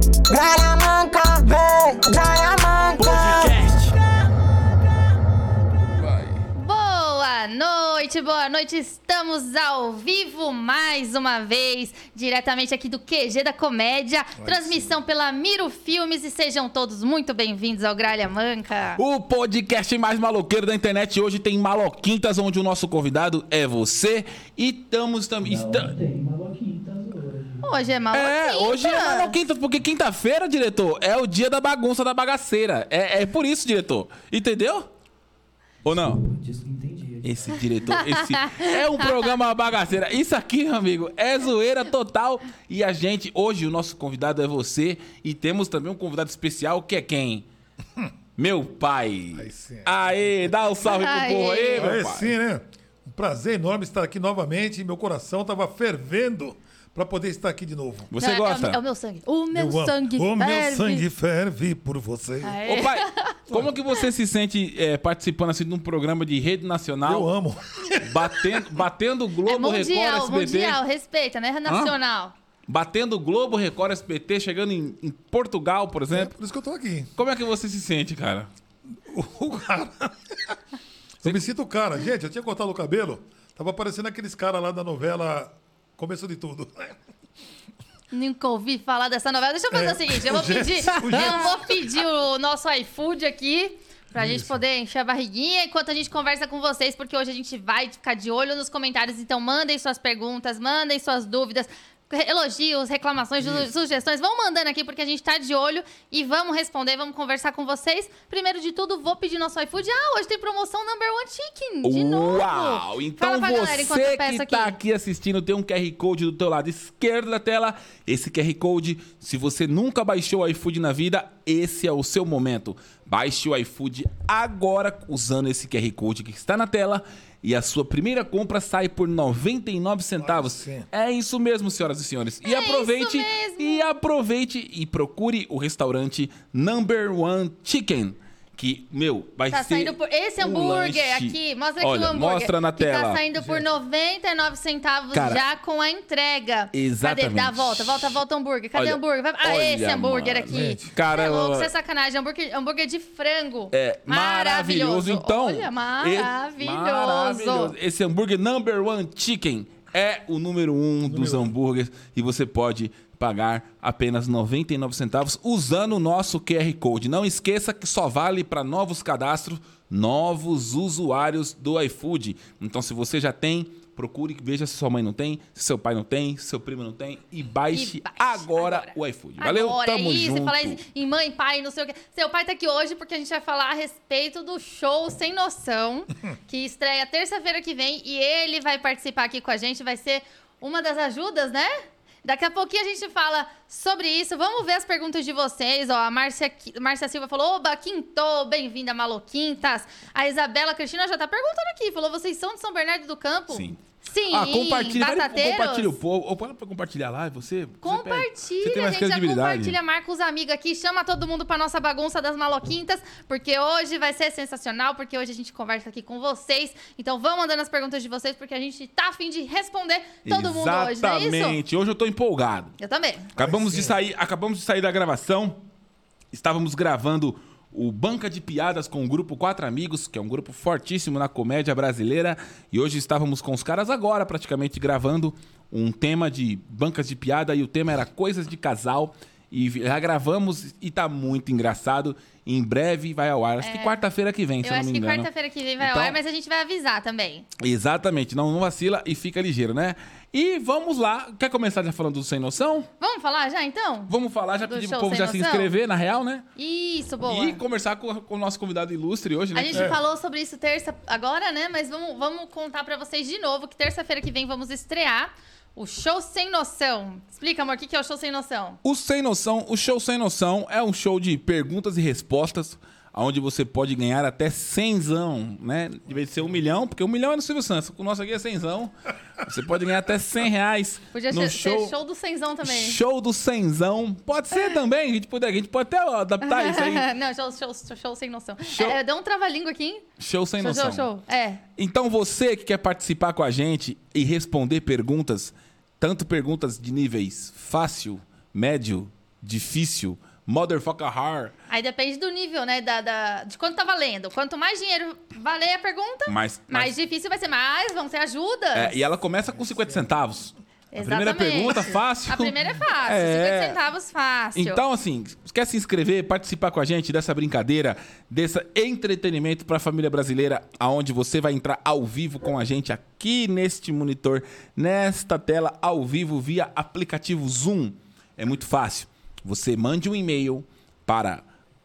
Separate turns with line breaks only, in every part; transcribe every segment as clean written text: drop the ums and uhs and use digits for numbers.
Gralha manca, vem, gralha manca.
Podcast.
Boa noite, estamos ao vivo mais uma vez, diretamente aqui do QG da Comédia, transmissão pela Miro Filmes e sejam todos muito bem-vindos ao Gralha Manca.
O podcast mais maloqueiro da internet hoje tem Maloquintas, onde o nosso convidado é você e estamos também...
Não tem Maloquintas hoje.
Hoje é Maloquinta.
Hoje é Maloquintas, porque quinta-feira, diretor, é o dia da bagunça da bagaceira. É por isso, diretor. Entendeu? Ou não?
Entendi.
Esse diretor, esse é um programa bagaceira. Isso aqui, meu amigo, é zoeira total. E a gente, hoje, o nosso convidado é você. E temos também um convidado especial, que é quem? Meu pai.
Aí sim.
Aê, dá um salve pro povo aí, meu
Aí
pai.
sim, né? Um prazer enorme estar aqui novamente. Meu coração estava fervendo para poder estar aqui de novo.
Você gosta?
É o meu sangue. O meu
Eu amo.
sangue
O
ferve.
meu sangue ferve por você.
Aê.
Ô, pai, como que você se sente participando assim de um programa de rede nacional?
Eu amo.
Batendo Globo,
É
Record, SBT.
mundial, respeita, né? Nacional.
Batendo Globo, Record, SBT, chegando em Portugal, por
É
exemplo.
por isso que eu tô aqui.
Como é que você se sente, cara?
O cara. Eu me sinto o cara. Gente, eu tinha cortado o cabelo. Tava parecendo aqueles caras lá da novela Começo de Tudo.
Nunca ouvi falar dessa novela. Deixa eu fazer o seguinte, eu vou pedir o nosso iFood aqui pra gente poder encher a barriguinha enquanto a gente conversa com vocês, porque hoje a gente vai ficar de olho nos comentários, então mandem suas perguntas, mandem suas dúvidas, elogios, reclamações, sugestões, vão mandando aqui porque a gente tá de olho e vamos responder, vamos conversar com vocês. Primeiro de tudo, vou pedir nosso iFood. Hoje tem promoção Number One Chicken, de novo.
Uau! Então
Fala pra galera enquanto eu
você
peço
que tá aqui assistindo, tem um QR Code do teu lado esquerdo da tela. Esse QR Code, se você nunca baixou o iFood na vida, esse é o seu momento. Baixe o iFood agora usando esse QR Code que está na tela. E a sua primeira compra sai por 99 centavos.
sim.
É isso mesmo, senhoras e senhores. E
É
aproveite,
isso mesmo.
e procure o restaurante Number One Chicken. Que, vai
Tá
ser
saindo por... Esse
um
hambúrguer
lanche.
aqui, mostra aqui
Olha,
o hambúrguer.
mostra na
que
tela.
tá saindo por 99 centavos
Cara,
já com a entrega.
exatamente.
Cadê? Dá a volta o hambúrguer. Cadê
Olha,
o hambúrguer? Esse
olha,
hambúrguer
mano,
aqui.
gente.
Cara,
é louco, isso é sacanagem. Hambúrguer de frango.
É maravilhoso. Então,
Olha, maravilhoso.
Esse hambúrguer Number One Chicken é o número 1 dos hambúrgueres e você pode pagar apenas 99 centavos usando o nosso QR Code. Não esqueça que só vale para novos cadastros, novos usuários do iFood. Então, se você já tem, procure, veja se sua mãe não tem, se seu pai não tem, se seu primo não tem e baixe agora o iFood. Valeu?
Agora,
Tamo
isso,
junto.
falar em mãe, pai, não sei o quê. Seu pai tá aqui hoje porque a gente vai falar a respeito do show Sem Noção, que estreia terça-feira que vem e ele vai participar aqui com a gente, vai ser uma das ajudas, né? Daqui a pouquinho a gente fala sobre isso. Vamos ver as perguntas de vocês. Ó, a Márcia Silva falou: Oba, Quinto, bem-vinda, Maloquintas. A Isabela Cristina já tá perguntando aqui. Falou: vocês são de São Bernardo do Campo?
Sim.
Sim,
Compartilha
batateiros.
o povo. Ou para compartilhar lá, você
Compartilha,
você tem mais
gente, já
credibilidade.
compartilha, marca os amigos aqui, chama todo mundo pra nossa bagunça das maloquintas, porque hoje vai ser sensacional, porque hoje a gente conversa aqui com vocês. Então vão mandando as perguntas de vocês, porque a gente tá a fim de responder todo mundo hoje, não é isso?
Exatamente. Hoje eu tô empolgado.
Eu também.
Acabamos de sair da gravação. Estávamos gravando o Banca de Piadas com o grupo Quatro Amigos, que é um grupo fortíssimo na comédia brasileira. E hoje estávamos com os caras agora, praticamente, gravando um tema de bancas de piada. E o tema era coisas de casal. E já gravamos e tá muito engraçado. Em breve vai ao ar. Acho que quarta-feira que vem, se
Eu
eu não
acho
me
que
engano.
quarta-feira que vem vai
Então-
ao ar, mas a gente vai avisar também.
Exatamente. Não vacila e fica ligeiro, né? E vamos lá. Quer começar já falando do Sem Noção?
Vamos falar já, então?
Vamos falar, já
Do
pedir
show
pro povo
Sem
já se
Noção?
inscrever, na real, né?
Isso, boa.
E conversar com o nosso convidado ilustre hoje, né?
A gente falou sobre isso terça agora, né? Mas vamos contar pra vocês de novo que terça-feira que vem vamos estrear o Show Sem Noção. Explica, amor, o que é o Show Sem Noção?
O Show Sem Noção é um show de perguntas e respostas, onde você pode ganhar até 100zão, né? De vez de ser 1 milhão, porque 1 milhão é no Silvio Santos. O nosso aqui é 100zão. Você pode ganhar até 100 reais
Podia
no
ser
show.
show do cenzão também.
Show do 100zão. Pode ser também. A gente pode até adaptar isso aí.
Não, show sem noção.
Show-
Dá um trava-língua aqui, hein?
Show Sem Noção.
Show. É.
Então você que quer participar com a gente e responder perguntas, tanto perguntas de níveis fácil, médio difícil, motherfucker hard,
Aí depende do nível, né? De quanto tá valendo. Quanto mais dinheiro valer a pergunta,
mais
difícil vai ser. Mais vão ter ajudas.
e ela começa com 50 centavos. A primeira
Exatamente.
pergunta, fácil.
A primeira é fácil.
É.
50 centavos, fácil.
Então, assim, quer se inscrever, participar com a gente dessa brincadeira, desse entretenimento para a família brasileira, aonde você vai entrar ao vivo com a gente aqui neste monitor, nesta tela, ao vivo, via aplicativo Zoom. É muito fácil. Você mande um e-mail para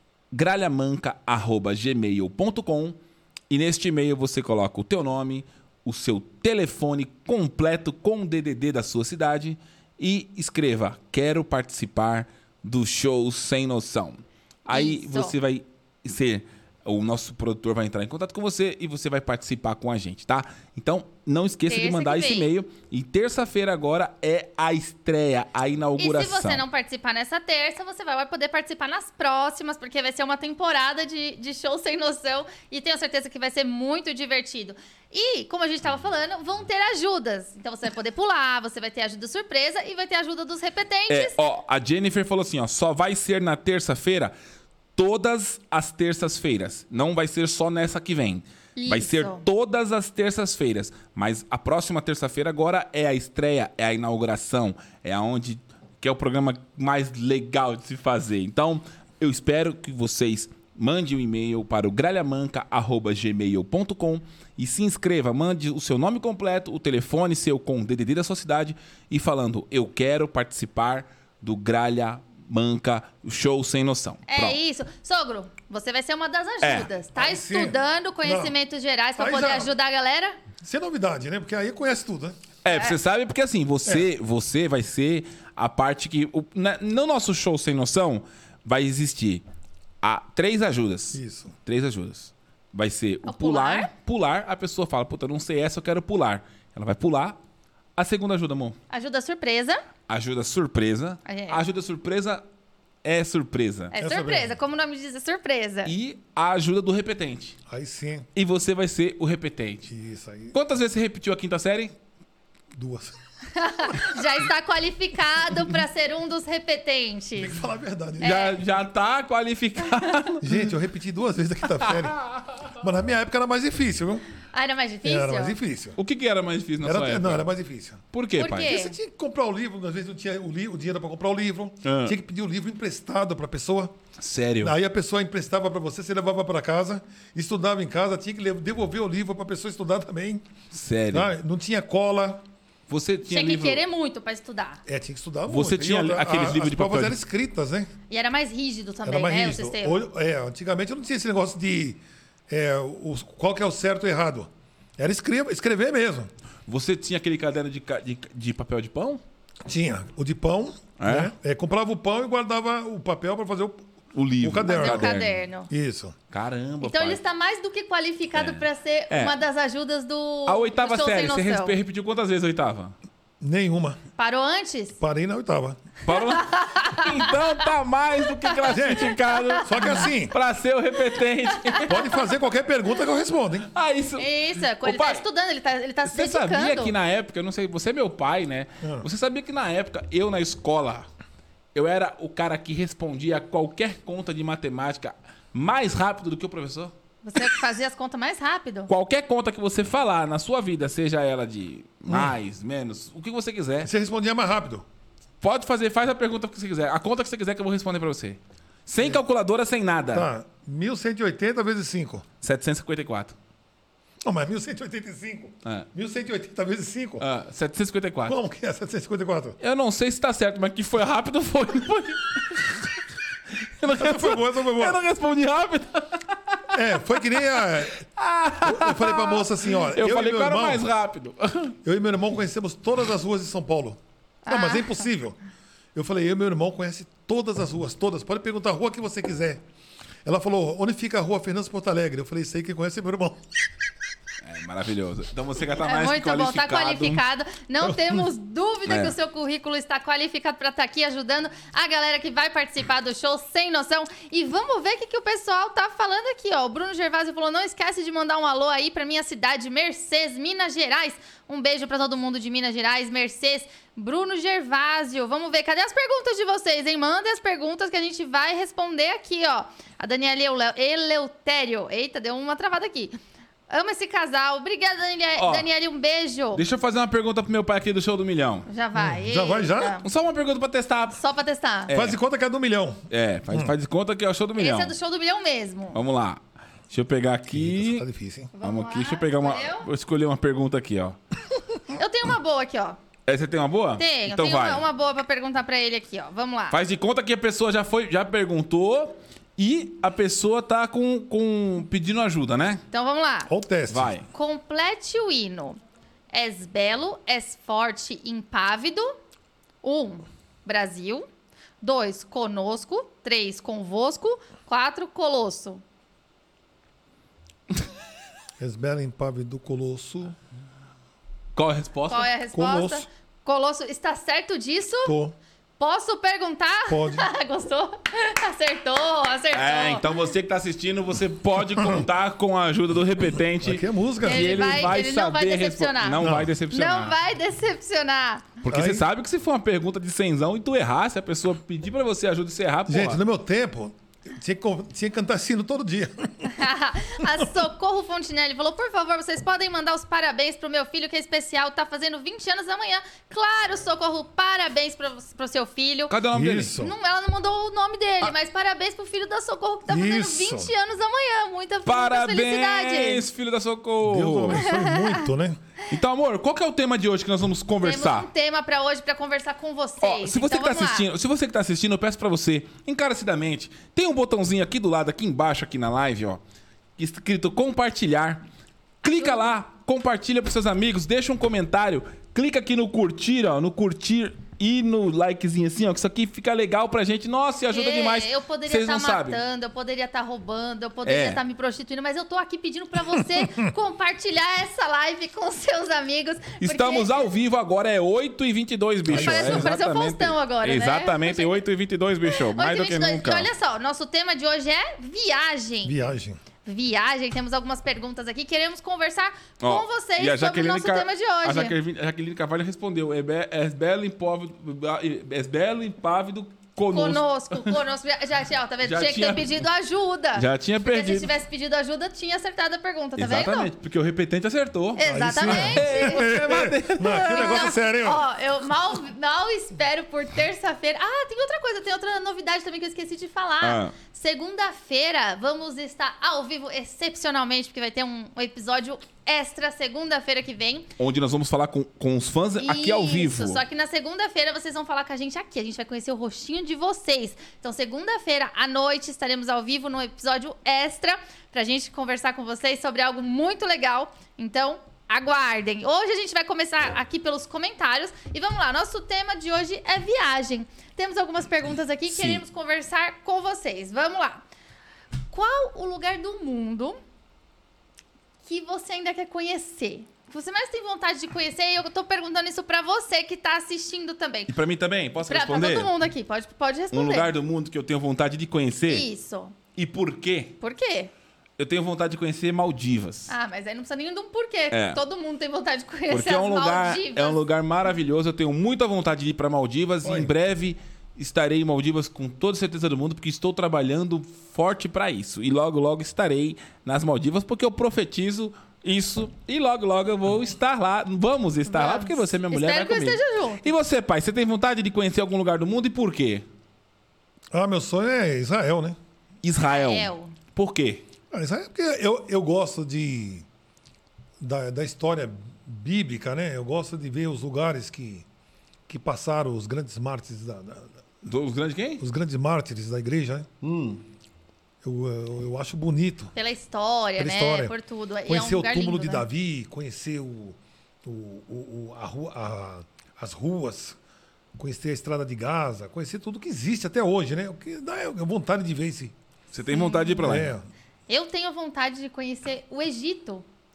gralhamanca@gmail.com e neste e-mail você coloca o teu nome, o seu telefone completo com o DDD da sua cidade e escreva: quero participar do show Sem Noção. Aí
Isso.
você vai ser... O nosso produtor vai entrar em contato com você e você vai participar com a gente, tá? Então, não esqueça de
Terça
mandar
que
esse
vem.
e-mail. E terça-feira agora é a estreia, a
E
inauguração.
se você não participar nessa terça, você vai poder participar nas próximas, porque vai ser uma temporada de show Sem Noção e tenho certeza que vai ser muito divertido. E, como a gente estava falando, vão ter ajudas. Então você vai poder pular, você vai ter ajuda surpresa e vai ter ajuda dos repetentes.
A Jennifer falou assim, ó, só vai ser na terça-feira, todas as terças-feiras. Não vai ser só nessa que vem. Vai
Isso.
ser todas as terças-feiras. Mas a próxima terça-feira agora é a estreia, é a inauguração, é aonde que é o programa mais legal de se fazer. Então, eu espero que vocês mandem um e-mail para o gralhamanca@gmail.com e se inscreva, mande o seu nome completo, o telefone seu com o DDD da sua cidade e falando: eu quero participar do Gralha Manca, show Sem Noção.
É
Pronto.
isso. Sogro, você vai ser uma das ajudas. Tá
Aí sim.
estudando conhecimentos gerais pra
Aí
poder
já-
ajudar a galera?
Isso é novidade, né? Porque aí conhece tudo, né?
Você sabe porque assim, você vai ser a parte que... no nosso show Sem Noção vai existir 3 ajudas.
Isso.
3 ajudas. Vai ser o
O pular?
pular. A pessoa fala, puta, não sei essa, eu quero pular. Ela vai pular. A segunda ajuda, amor.
Ajuda surpresa.
Ajuda surpresa.
É.
A ajuda surpresa é surpresa.
É
Essa
surpresa.
mesmo.
Como o nome diz, é surpresa.
E a ajuda do repetente.
Aí sim.
E você vai ser o repetente.
Isso aí.
Quantas vezes você repetiu a quinta série?
2.
Já está qualificado pra ser um dos repetentes.
Tem que falar a verdade.
É.
né?
Já tá qualificado.
Gente, eu repeti 2 vezes a quinta série. Mas na minha época era mais difícil, viu?
Ah, era mais difícil?
Era mais difícil.
O que era mais difícil na sua época?
Não, era mais difícil.
Por quê,
Por
pai?
quê?
Porque você tinha que comprar o livro, às vezes não tinha o dinheiro para comprar o livro.
Ah.
Tinha que pedir o livro emprestado para a pessoa.
Sério?
Aí a pessoa emprestava para você levava para casa, estudava em casa, tinha que devolver o livro para a pessoa estudar também.
Sério?
Tá? Não tinha cola.
Você tinha
Tinha que
livro...
querer muito pra estudar.
Tinha que estudar muito.
Você
E
tinha aqueles livros de
As provas
papel?
eram escritas, né?
E era mais rígido também,
Era mais
né?
rígido.
O sistema.
Antigamente não tinha esse negócio de qual que é o certo e o errado. Era escrever mesmo.
Você tinha aquele caderno de papel de pão?
Tinha o de pão,
É?
né? Comprava o pão e guardava o papel para fazer
O livro.
O caderno.
Fazer o caderno.
Isso.
Caramba,
Então
pai.
ele está mais do que qualificado pra ser
É.
uma das ajudas do
A oitava
do show
série,
Sem
você
Noção.
repetiu quantas vezes a oitava?
Nenhuma.
Parou antes?
Parei na 8ª.
Parou? Então tá mais do que classificado
Só que assim,
pra ser o repetente.
pode fazer qualquer pergunta que eu respondo, hein?
Isso...
Isso,
Ô,
ele
pai,
tá estudando, ele tá se
Você
dedicando.
sabia que na época, eu não sei, você é meu pai, né? Você sabia que na época, eu na escola, eu era o cara que respondia a qualquer conta de matemática mais rápido do que o professor?
Você fazia as contas mais rápido.
Qualquer conta que você falar na sua vida, seja ela de mais, menos, o que você quiser,
Você respondia mais rápido.
pode fazer, faz a pergunta que você quiser. A conta que você quiser que eu vou responder pra você. Sem calculadora, sem nada.
Tá. 1180 vezes 5.
754.
Não, mas 1185. 1180 vezes 5.
754.
Como que é 754?
Eu não sei se tá certo, mas que foi rápido, foi. Não foi. Eu não,
Essa foi boa, essa foi boa.
eu não respondi rápido.
Foi que nem a... Eu falei pra moça assim, ó.
Eu falei
e
que
meu
eu era
irmão,
mais rápido.
eu e meu irmão conhecemos todas as ruas de São Paulo. Não, mas é impossível. Eu falei, eu e meu irmão conhece todas as ruas, todas. Pode perguntar a rua que você quiser. Ela falou, onde fica a rua Fernandes Porto Alegre? Eu falei, sei quem conhece é meu irmão.
Maravilhoso. Então você já tá
É
mais que
muito bom, tá
qualificado.
qualificado. Não temos dúvida
É.
que o seu currículo está qualificado para estar aqui ajudando a galera que vai participar do show Sem Noção. E vamos ver o que o pessoal tá falando aqui, ó. O Bruno Gervásio falou: não esquece de mandar um alô aí pra minha cidade, Mercês, Minas Gerais. Um beijo pra todo mundo de Minas Gerais, Mercês. Bruno Gervásio, vamos ver, cadê as perguntas de vocês, hein? Mandem as perguntas que a gente vai responder aqui, ó. A Daniela Eleutério. Eita, deu uma travada aqui. Amo esse casal. Obrigada,
Ó,
Daniela, um beijo.
Deixa eu fazer uma pergunta pro meu pai aqui do Show do Milhão.
Já vai.
Já vai, já?
Eita.
Só uma pergunta pra testar.
Só pra testar.
Faz de conta que é do milhão.
Faz de conta que é o Show do Milhão.
Esse é do Show do Milhão mesmo.
Vamos lá. Deixa eu pegar aqui.
Tá difícil, hein?
Vamos aqui,
lá.
deixa eu pegar uma.
Escolheu?
Vou escolher uma pergunta aqui, ó.
Eu tenho uma boa aqui, ó.
Você tem uma boa?
Tenho,
Então
tenho
vai.
uma boa pra perguntar pra ele aqui, ó. Vamos lá.
Faz de conta que a pessoa já perguntou e a pessoa tá pedindo ajuda, né?
Então vamos lá.
Olha o teste.
Vai.
Complete o hino. És belo, és forte, impávido. 1. Brasil. 2. Conosco. 3. Convosco. 4. Colosso.
Esbela impávido Colosso.
Qual a resposta?
Qual é a resposta?
Colosso.
Colosso, está certo disso?
Tô.
Posso perguntar?
Pode.
Gostou? Acertou.
Então você que tá assistindo, você pode contar com a ajuda do repetente.
Aqui é música.
E
Ele
ele
vai-
vai
ele não vai
saber
decepcionar.
Não vai decepcionar.
Não vai decepcionar.
Porque
Aí-
você sabe que se for uma pergunta de cenzão e tu errar, se a pessoa pedir pra você ajuda e você errar, porra.
Gente, no meu tempo, tinha que cantar sino todo dia.
A Socorro Fontinelli falou: por favor, vocês podem mandar os parabéns pro meu filho que é especial, tá fazendo 20 anos amanhã. Claro, Socorro, parabéns pro seu filho.
Cadê o nome dele?
Isso.
Ela não mandou o nome dele, mas parabéns pro filho da Socorro que tá fazendo
Isso.
20 anos amanhã. Muita felicidade.
Parabéns, filho da Socorro.
Deus o abençoe muito, né?
Então, amor, qual que é o tema de hoje que nós vamos conversar?
Temos um tema pra hoje pra conversar com vocês.
Ó, se você
Então,
que tá
vamos lá.
assistindo, eu peço pra você, encarecidamente, tem um botãozinho aqui do lado, aqui embaixo, aqui na live, ó, escrito compartilhar. Clica lá, compartilha pros seus amigos, deixa um comentário, clica aqui no curtir, ó, no curtir e no likezinho assim, ó, que isso aqui fica legal pra gente. Nossa, e ajuda demais.
Eu poderia
Vocês
estar
não sabem.
matando, eu poderia estar roubando, eu poderia
É.
estar me prostituindo, mas eu tô aqui pedindo pra você compartilhar essa live com seus amigos. porque-
Estamos ao vivo agora, é 8h22, bicho.
Pareceu o Faustão agora, né?
Exatamente, 8h22, bicho. Mais do que
8h22.
nunca.
E olha só, nosso tema de hoje é viagem.
Viagem.
Temos algumas perguntas aqui. Queremos conversar
Ó,
com vocês
e a
sobre o nosso tema de hoje.
A Jaqueline Carvalho respondeu: és belo, impávido, conosco.
Conosco. Já, tá vendo?
Já
tinha que
tinha-
ter pedido ajuda.
Já tinha
Porque
perdido.
se tivesse pedido ajuda, tinha acertado a pergunta, tá
Exatamente,
vendo?
porque o repetente acertou.
Exatamente.
Não, que negócio sério, hein?
Ó, eu mal espero por terça-feira. Ah, tem outra coisa, tem outra novidade também que eu esqueci de falar.
Ah.
Segunda-feira vamos estar ao vivo excepcionalmente, porque vai ter um episódio extra segunda-feira que vem.
Onde nós vamos falar com os fãs aqui ao vivo.
Isso, só que na segunda-feira vocês vão falar com a gente aqui. A gente vai conhecer o rostinho de vocês. Então, segunda-feira à noite estaremos ao vivo num episódio extra pra gente conversar com vocês sobre algo muito legal. Então, aguardem. Hoje a gente vai começar aqui pelos comentários. E vamos lá, nosso tema de hoje é viagem. Temos algumas perguntas aqui que
Sim.
queremos conversar com vocês. Vamos lá. Qual o lugar do mundo que você ainda quer conhecer? Que você mais tem vontade de conhecer? E eu tô perguntando isso pra você que tá assistindo também.
E pra mim também? Posso
Pra
responder?
todo mundo aqui, pode responder.
Um lugar do mundo que eu tenho vontade de conhecer.
Isso.
E por quê?
Por quê?
Eu tenho vontade de conhecer Maldivas.
Ah, mas aí não precisa nem de um porquê.
É.
Todo mundo tem vontade de conhecer
Porque é um
as
lugar,
Maldivas.
é um lugar maravilhoso. Eu tenho muita vontade de ir para Maldivas.
Oi.
Em breve estarei em Maldivas com toda certeza do mundo, porque estou trabalhando forte para isso. E logo, logo estarei nas Maldivas, porque eu profetizo isso. E logo, logo eu vou estar lá. Vamos estar lá,
Vamos.
porque você, minha mulher,
Espero
vai
que eu
comigo.
esteja junto.
E você, pai, você tem vontade de conhecer algum lugar do mundo e por quê?
Ah, meu sonho é Israel, né?
Israel. Por quê?
Israel é porque eu gosto da história bíblica, né? Eu gosto de ver os lugares que passaram os grandes mártires
Os grandes quem?
os grandes mártires da igreja, né? Eu acho bonito.
Pela história,
Pela
né?
história.
Por tudo. E
Conhecer
é um
o
lugar
túmulo
lindo,
de
né?
Davi, conhecer as ruas, conhecer a estrada de Gaza, conhecer tudo que existe até hoje, né? O que dá vontade de ver esse.
Você tem vontade de ir pra lá?
É.
Eu tenho vontade de conhecer o Egito.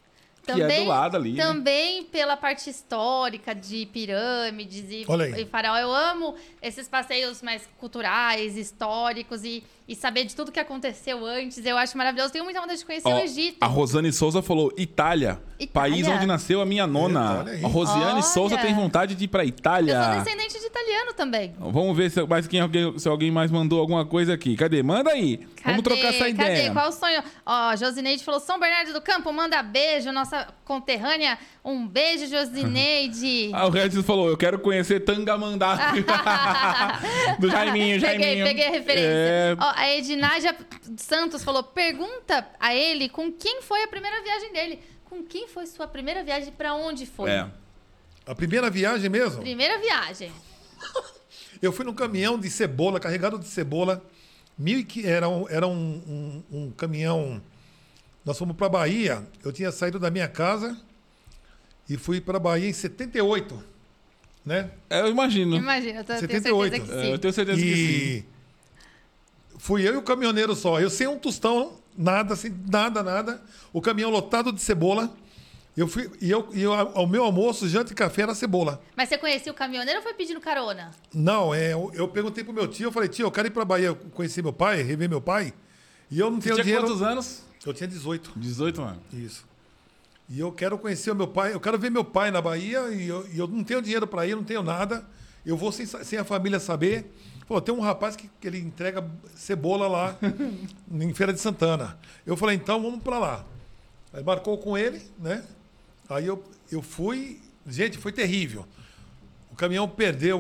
Que é do lado ali, né?
Também pela parte histórica de pirâmides
Olha aí.
e faraó. Eu amo esses passeios mais culturais, históricos e saber de tudo que aconteceu antes. Eu acho maravilhoso. Tenho muita vontade de conhecer o Egito.
A Rosane Souza falou Itália, país onde nasceu a minha nona.
Olha aí.
A Rosiane
Olha.
Souza tem vontade de ir pra
Eu
Itália.
sou descendente de italiano também.
Vamos ver se alguém mais mandou alguma coisa aqui. Cadê? Manda aí. Vamos trocar essa ideia.
Cadê? Qual o sonho? Ó, Josineide falou, São Bernardo do Campo, manda beijo, nossa conterrânea. Um beijo, Josineide.
O Regis falou, eu quero conhecer Tangamandá. Do Jaiminho.
Peguei a referência.
É.
Ó, a Ednádia Santos falou, pergunta a ele com quem foi a primeira viagem dele. Com quem foi sua primeira viagem? Pra onde foi?
A primeira viagem mesmo?
Primeira viagem.
Eu fui num caminhão de cebola, carregado de cebola. Era um caminhão. Nós fomos para Bahia. Eu tinha saído da minha casa e fui para Bahia em 78, né?
Eu imagino.
Imagina, eu tenho
78.
certeza que sim.
Eu tenho certeza que sim.
E fui eu e o caminhoneiro só. Eu sem um tostão, nada, assim, nada. O caminhão lotado de cebola. Eu fui o meu almoço, janta e café era cebola.
Mas você conhecia o caminhoneiro ou foi pedindo carona?
Não, eu perguntei pro meu tio, eu falei, tio, eu quero ir pra Bahia conhecer meu pai, rever meu pai. E eu não
Você
tenho
tinha
dinheiro.
quantos anos?
Eu tinha 18.
18, mano.
Isso. E eu quero conhecer o meu pai, eu quero ver meu pai na Bahia e eu não tenho dinheiro para ir, não tenho nada. Eu vou sem a família saber. Pô, tem um rapaz que ele entrega cebola lá em Feira de Santana. Eu falei, então vamos para lá. Aí marcou com ele, né? Aí eu fui. Gente, foi terrível. O caminhão perdeu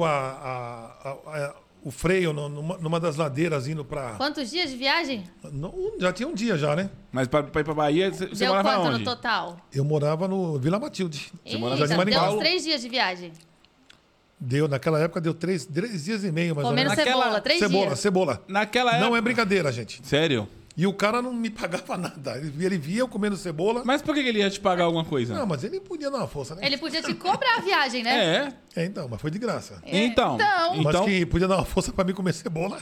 o freio numa das ladeiras indo para.
Quantos dias de viagem?
Já tinha um dia já, né?
Mas pra ir pra Bahia, você
Deu
morava
quanto
onde?
no total?
Eu morava no Vila Matilde.
morava
Eita,
em
Maringá.
deu uns 3 dias de viagem.
Naquela época deu 3 dias e meio, mais ou
Comendo
menos.
cebola, 3 dias.
Cebola.
Naquela época...
Não é brincadeira, gente.
Sério?
E o cara não me pagava nada. Ele via eu comendo cebola.
Mas por que ele ia te pagar alguma coisa?
Não, mas ele podia dar uma força, né?
Ele podia te cobrar a viagem, né?
É.
Mas foi de graça.
Então.
Mas que podia dar uma força pra mim comer cebola.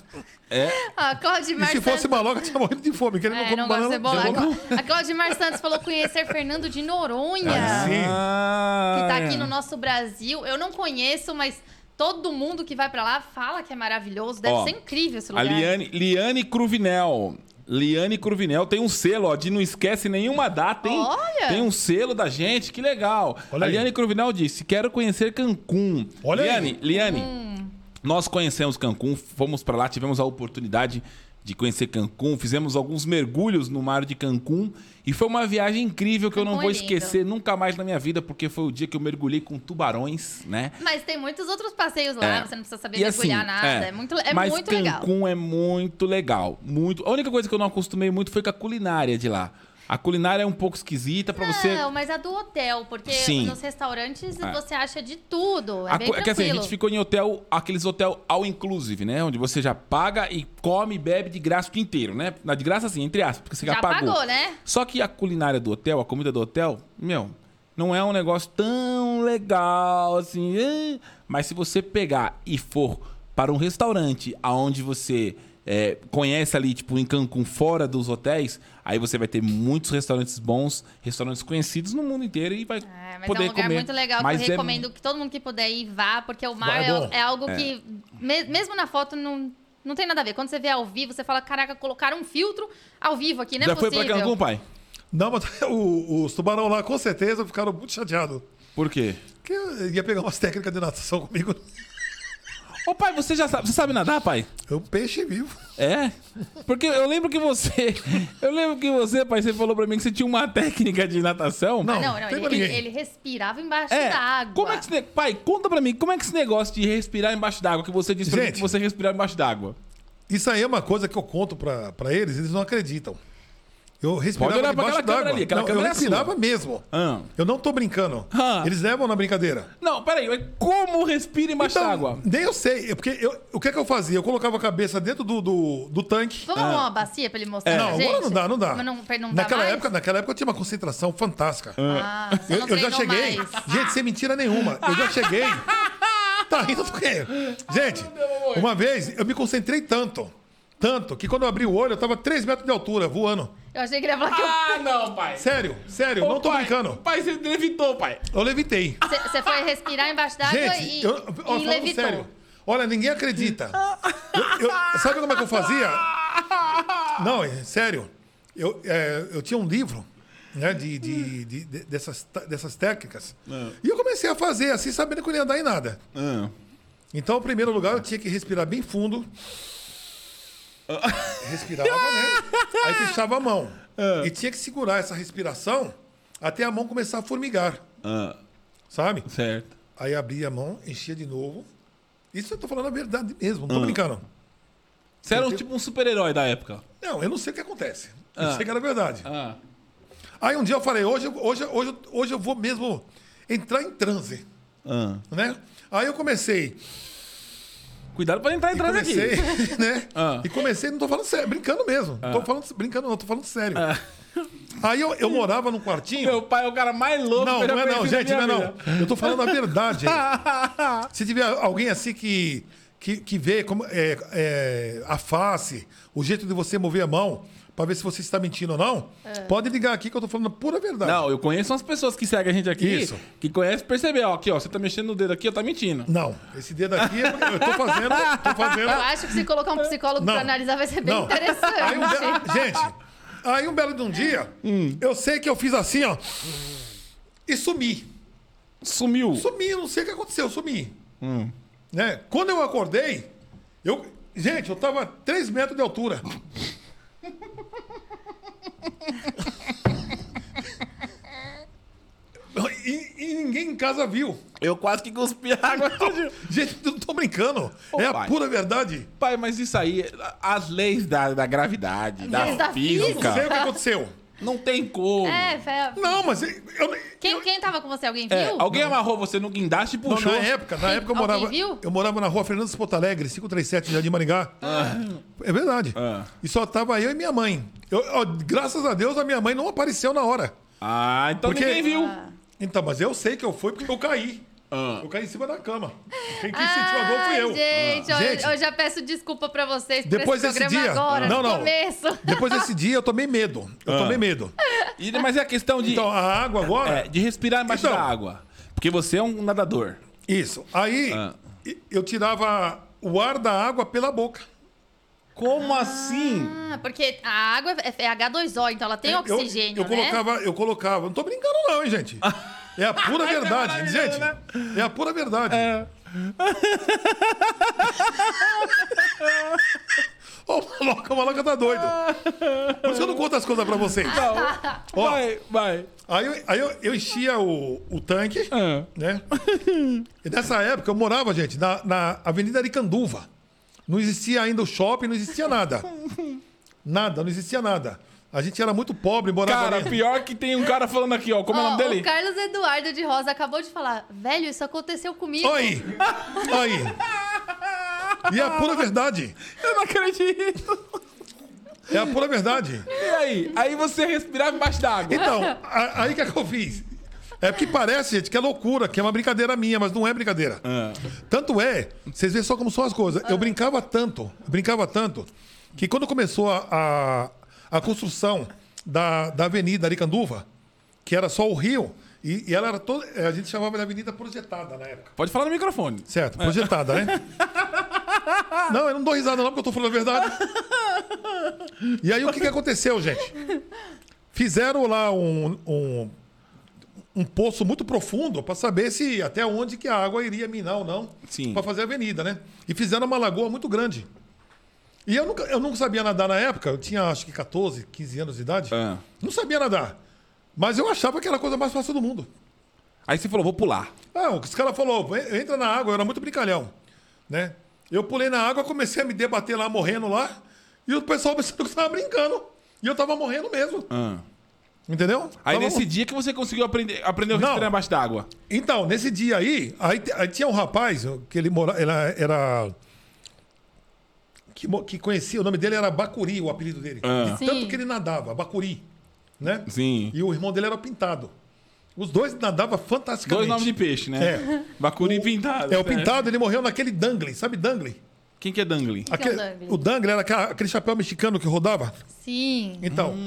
A Claudimar
E se fosse
Santos...
maloca, eu tinha morrido de fome. Que ele não come
não gosta de
banana.
cebola. A Claudimar Santos falou conhecer Fernando de Noronha.
Ah, sim.
Que tá aqui no nosso Brasil. Eu não conheço, mas todo mundo que vai pra lá fala que é maravilhoso. Deve ser incrível esse
A
lugar.
Liane Cruvinel. Liane Cruvinel tem um selo, ó, de não esquece nenhuma data, hein?
Olha!
Tem um selo da gente, que legal.
Olha
a
aí.
Liane Cruvinel disse, quero conhecer Cancún.
Olha aí.
Liane, nós conhecemos Cancún, fomos pra lá, tivemos a oportunidade de conhecer Cancún, fizemos alguns mergulhos no mar de Cancún e foi uma viagem incrível que eu não
Cancún
vou
é lindo.
esquecer nunca mais na minha vida, porque foi o dia que eu mergulhei com tubarões, né?
Mas tem muitos outros passeios lá, você não precisa saber
E assim,
mergulhar nada. É muito
mas
legal.
Cancún é muito legal. A única coisa que eu não acostumei muito foi com a culinária de lá. A culinária é um pouco esquisita pra você...
Não, mas a do hotel, porque
Sim.
nos restaurantes você acha de tudo. É bem
É que assim, a
tranquilo.
gente ficou em hotel, aqueles hotel all inclusive, né? Onde você já paga e come e bebe de graça o dia inteiro, né? De graça assim, entre aspas, porque você já pagou.
pagou, né?
Só que a culinária do hotel, a comida do hotel, não é um negócio tão legal assim. Mas se você pegar e for para um restaurante aonde você conhece ali, tipo, em Cancún, fora dos hotéis, aí você vai ter muitos restaurantes bons, restaurantes conhecidos no mundo inteiro e vai
Mas
poder
é um lugar
comer.
muito legal
Mas
que eu recomendo que todo mundo que puder ir vá, porque o mar
É bom.
é algo que, mesmo na foto, não tem nada a ver. Quando você vê ao vivo, você fala, caraca, colocaram um filtro ao vivo aqui, não é
Já foi
possível.
pra Cancún, pai?
Não, mas os tubarão lá com certeza ficaram muito chateados.
Por quê?
Porque eu ia pegar umas técnicas de natação comigo.
Ô, pai, você sabe nadar, pai?
É um peixe vivo.
É? Porque eu lembro que você... pai, você falou pra mim que você tinha uma técnica de natação.
Não.
Não,
tem pra ninguém.
ele respirava embaixo da água.
Como é que pai, conta pra mim, como é que esse negócio de respirar embaixo d'água, que você disse pra mim
Gente.
que você respirava embaixo d'água?
Isso aí é uma coisa que eu conto pra eles não acreditam. Eu respirava
Pode olhar pra
debaixo
aquela câmera
d'água.
ali, aquela
Não,
câmera
eu
é
respirava
sua.
mesmo.
Ah.
Eu não tô brincando.
Ah.
Eles levam na brincadeira.
Não, peraí, mas como respira embaixo d'água?
Nem eu sei. Porque o que é que eu fazia? Eu colocava a cabeça dentro do tanque.
Vamos arrumar uma bacia pra ele mostrar pra
Não,
gente?
agora não dá.
Mas não dá
naquela,
mais?
naquela época eu tinha uma concentração fantástica.
Você não
Eu já
treinou
cheguei.
mais.
Gente, sem mentira nenhuma. Eu já cheguei. Tá rindo do quê? Gente, uma vez eu me concentrei tanto Tanto que quando eu abri o olho, eu tava 3 metros de altura, voando.
Eu achei que ele ia falar que eu...
Ah, não, pai.
Sério,
Ô,
não tô
pai,
brincando.
Pai, você levitou, pai.
Eu levitei.
Você foi respirar embaixo d'água
Gente, ó,
e
falando
levitou.
sério. Olha, ninguém acredita. Sabe como é que eu fazia? Não, é sério. Eu tinha um livro, né, dessas técnicas. E eu comecei a fazer, assim, sabendo que eu não ia dar em nada. Então, em primeiro lugar, eu tinha que respirar bem fundo. Respirava, né? Aí fechava a mão. E tinha que segurar essa respiração até a mão começar a formigar. Sabe?
Certo.
Aí abria a mão, enchia de novo. Isso eu tô falando a verdade mesmo, não tô brincando.
Você era tipo um super-herói da época.
Não, eu não sei o que acontece. Eu sei que era verdade.
Ah.
Aí um dia eu falei, hoje eu vou mesmo entrar em transe. Né? Aí eu comecei.
Cuidado pra entrar em transe aqui.
Comecei, né? E comecei, não tô falando sério, brincando mesmo. Não tô falando brincando, não, tô falando sério. Aí eu morava num quartinho.
Meu pai é o cara mais louco
Não,
que eu já
não é não,
conheci na
gente, não é
minha
não.
vida.
Eu tô falando a verdade. Se tiver alguém assim que vê como, a face, o jeito de você mover a mão, pra ver se você está mentindo ou não, pode ligar aqui que eu tô falando a pura verdade.
Não, eu conheço umas pessoas que seguem a gente aqui,
Isso.
que conhecem e percebem, ó, aqui, ó, você tá mexendo no dedo aqui, eu tá mentindo.
Não, esse dedo aqui eu tô fazendo.
Eu acho que se colocar um psicólogo
Não.
pra analisar vai ser bem
Não.
interessante.
Gente, aí um belo de um dia, eu sei que eu fiz assim, ó, e sumi.
Sumiu.
Sumi, não sei o que aconteceu, sumi. Né? Quando eu acordei, gente, eu tava 3 metros de altura. E ninguém em casa viu.
Eu quase que cuspi água.
Gente, eu não tô brincando.
Ô,
é a
pai.
pura verdade.
Pai, mas isso aí, as leis da gravidade,
leis
da
da
física,
Não sei o que aconteceu.
não tem como.
Não, mas
Quem tava com você? Alguém viu?
É, alguém amarrou você no guindaste e
Não,
puxou.
na época
Alguém viu?
eu morava na rua Fernando Porto Alegre, 537, Jardim Maringá. É verdade. E só tava eu e minha mãe. Graças a Deus, a minha mãe não apareceu na hora.
Ah, então
Porque-
ninguém viu.
Então, mas eu sei que eu fui porque eu caí. Eu caí em cima da cama. Quem sentiu a dor fui eu.
Gente,
Gente.
eu já peço desculpa pra vocês por
Depois
esse
desse
programa
dia.
agora,
Não,
no
não.
começo.
Depois desse dia, eu tomei medo.
Mas é a questão de,
Então, a água agora...
de respirar embaixo
Então.
da água. Porque você é um nadador.
Isso. Aí, eu tirava o ar da água pela boca.
Como assim?
Ah, porque a água é H2O, então ela tem oxigênio, né?
Eu colocava. Não tô brincando não, hein, gente. É a pura verdade. Gente, é a pura verdade. O Maloca tá doido. Por isso que eu não conto as coisas pra vocês. Ó,
Vai.
Aí eu enchia o tanque, né? E nessa época eu morava, gente, na Avenida Aricanduva. Não existia ainda o shopping, não existia nada. Nada, não existia nada. A gente era muito pobre, morava
Cara,
ali.
pior que tem um cara falando aqui, ó. Como é o nome dele?
O Carlos Eduardo de Rosa acabou de falar, velho, isso aconteceu comigo.
Aí. E é a pura verdade.
Eu não acredito.
É a pura verdade.
E aí? Aí você respirava embaixo da água.
Então, aí o que é que eu fiz? É porque parece, gente, que é loucura, que é uma brincadeira minha, mas não é brincadeira. Tanto é, vocês veem só como são as coisas. Eu brincava tanto, que quando começou a construção da Avenida Aricanduva, que era só o rio, e ela era toda. A gente chamava de Avenida Projetada na época.
Pode falar no microfone.
Certo, projetada, né? Não, eu não dou risada não, porque eu tô falando a verdade. E aí o que aconteceu, gente? Fizeram lá um poço muito profundo para saber se até onde que a água iria minar ou não.
Sim.
Para fazer a avenida, né? E fizeram uma lagoa muito grande. E eu nunca sabia nadar na época. Eu tinha acho que 14, 15 anos de idade. Não sabia nadar. Mas eu achava que era a coisa mais fácil do mundo.
Aí você falou, vou pular.
Os caras falaram, entra na água. Eu era muito brincalhão, né? Eu pulei na água, comecei a me debater lá, morrendo lá. E o pessoal pensando que eu estava brincando. E eu estava morrendo mesmo. Entendeu?
Aí nesse dia que você conseguiu aprender a respirar embaixo d'água.
Então, nesse dia aí tinha um rapaz que ele era que conhecia, o nome dele era Bacuri, o apelido dele. De tanto
Sim.
que ele nadava, Bacuri, né?
Sim.
E o irmão dele era o Pintado. Os dois nadavam fantasticamente.
Dois nomes de peixe, né? Bacuri e Pintado.
O Pintado, ele morreu naquele Dangle, sabe Dangle?
Quem que é Dangli?
que é o Dangli?
O Dangli era aquele chapéu mexicano que rodava.
Sim.
Então,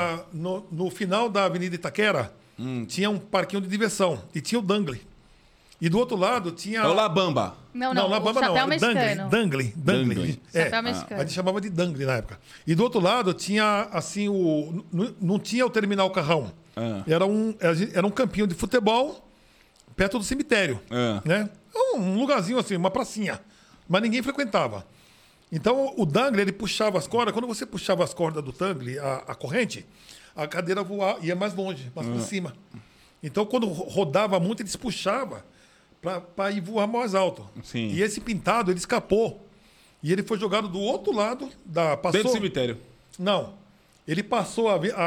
no final da Avenida Itaquera, tinha um parquinho de diversão. E tinha o Dangli. E do outro lado tinha...
É o Labamba.
Não,
Não,
o
Labamba
chapéu
não.
mexicano.
Dangli.
Chapéu
A
mexicano.
gente chamava de Dangli na época. E do outro lado tinha, assim, não tinha o Terminal Carrão. Era um campinho de futebol perto do cemitério. Né? Um lugarzinho assim, uma pracinha. Mas ninguém frequentava. Então, o Dangli, ele puxava as cordas. Quando você puxava as cordas do Dangli, a corrente, a cadeira ia mais longe, mais por cima. Então, quando rodava muito, eles puxavam para ir voar mais alto.
Sim.
E esse pintado, ele escapou. E ele foi jogado do outro lado da... Passou,
Dentro do cemitério.
Não. Ele passou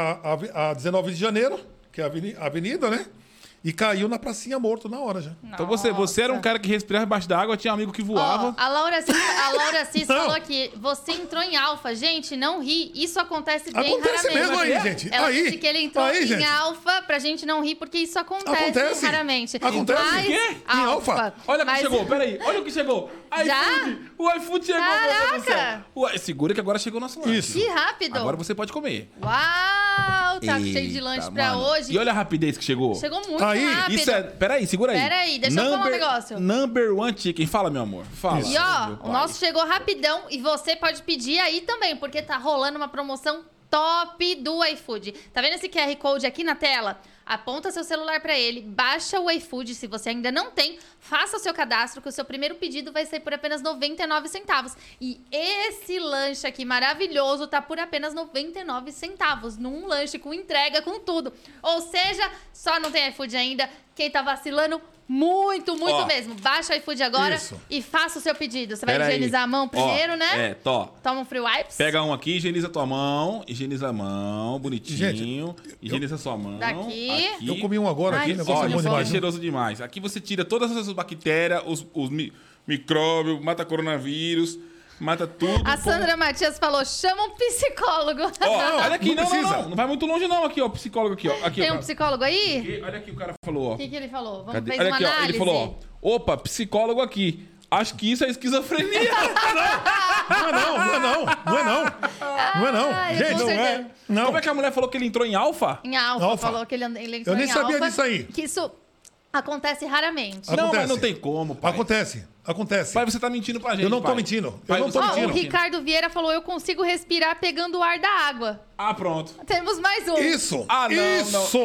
a 19 de janeiro, que é a avenida, né? E caiu na pracinha morto na hora já.
Então você era um cara que respirava embaixo d'água, tinha um amigo que voava.
A Laura Cis
Não.
falou aqui, você entrou em alfa. Gente, não ri, isso acontece bem
Acontece
raramente.
mesmo aí, gente.
Ela
Aí.
disse que ele entrou
Aí,
em
gente.
alfa pra gente não rir, porque isso acontece
Acontece.
raramente.
Em
quê?
Em alfa.
Olha o que
Mas-
chegou, peraí. Olha o que chegou.
Já?
O iFood chegou, meu Deus do céu.
Caraca!
Segura que agora chegou o nosso lanche.
Isso.
Que rápido.
Agora você pode comer.
Uau, tá cheio de
Eita,
lanche pra
mano.
hoje.
E olha a rapidez que chegou.
Chegou muito
Aí,
rápido.
Isso é... Peraí, segura aí.
Peraí, deixa eu falar um negócio.
Number one chicken. Fala, meu amor. Fala.
E ó,
meu
o
pai.
nosso chegou rapidão e você pode pedir aí também, porque tá rolando uma promoção top do iFood. Tá vendo esse QR Code aqui na tela? Aponta seu celular pra ele, baixa o iFood, se você ainda não tem, faça o seu cadastro, que o seu primeiro pedido vai sair por apenas 99 centavos. E esse lanche aqui maravilhoso tá por apenas 99 centavos, num lanche com entrega, com tudo. Ou seja, só não tem iFood ainda, quem tá vacilando, muito
Ó,
mesmo. Baixa o iFood agora
isso.
e faça o seu pedido. Você vai
Peraí.
higienizar a mão primeiro,
Ó,
né? Toma um free wipes.
Pega um aqui, higieniza tua mão, higieniza a mão, bonitinho.
Gente,
higieniza sua mão.
Daqui.
Eu comi um agora
Ai,
aqui,
que
negócio é
Olha,
bom
isso aqui é
demais. Viu?
cheiroso demais. Aqui você tira todas essas bactérias, os micróbios, mata coronavírus, mata tudo.
A Sandra Matias falou, chama um psicólogo.
Ó, olha aqui,
Não
não
precisa.
Não vai muito longe não, aqui, ó, psicólogo aqui, ó. Aqui,
Tem
ó,
um psicólogo aí?
Aqui, olha aqui o cara falou, ó.
O que ele falou? Vamos
Cadê?
fazer
Olha
uma
aqui, ó,
análise.
ele falou, ó, opa, psicólogo aqui. Acho que isso é esquizofrenia.
Não é não.
Ai,
Gente,
com
não é.
certeza.
Não.
Como é que a mulher falou que ele entrou em alfa?
Em alfa,
Alfa.
falou que ele entrou
Eu nem
em
sabia
alfa,
disso aí.
Que isso acontece raramente.
Não, mas
Acontece.
não tem como, pai.
Acontece.
Pai, você tá mentindo pra gente,
Eu não tô
pai.
mentindo.
Pai,
Eu não tô
você
Ó,
tá
mentindo.
o Ricardo Vieira falou, eu consigo respirar pegando o ar da água.
Ah, pronto.
Temos mais um.
Isso!
Ah, não,
Isso!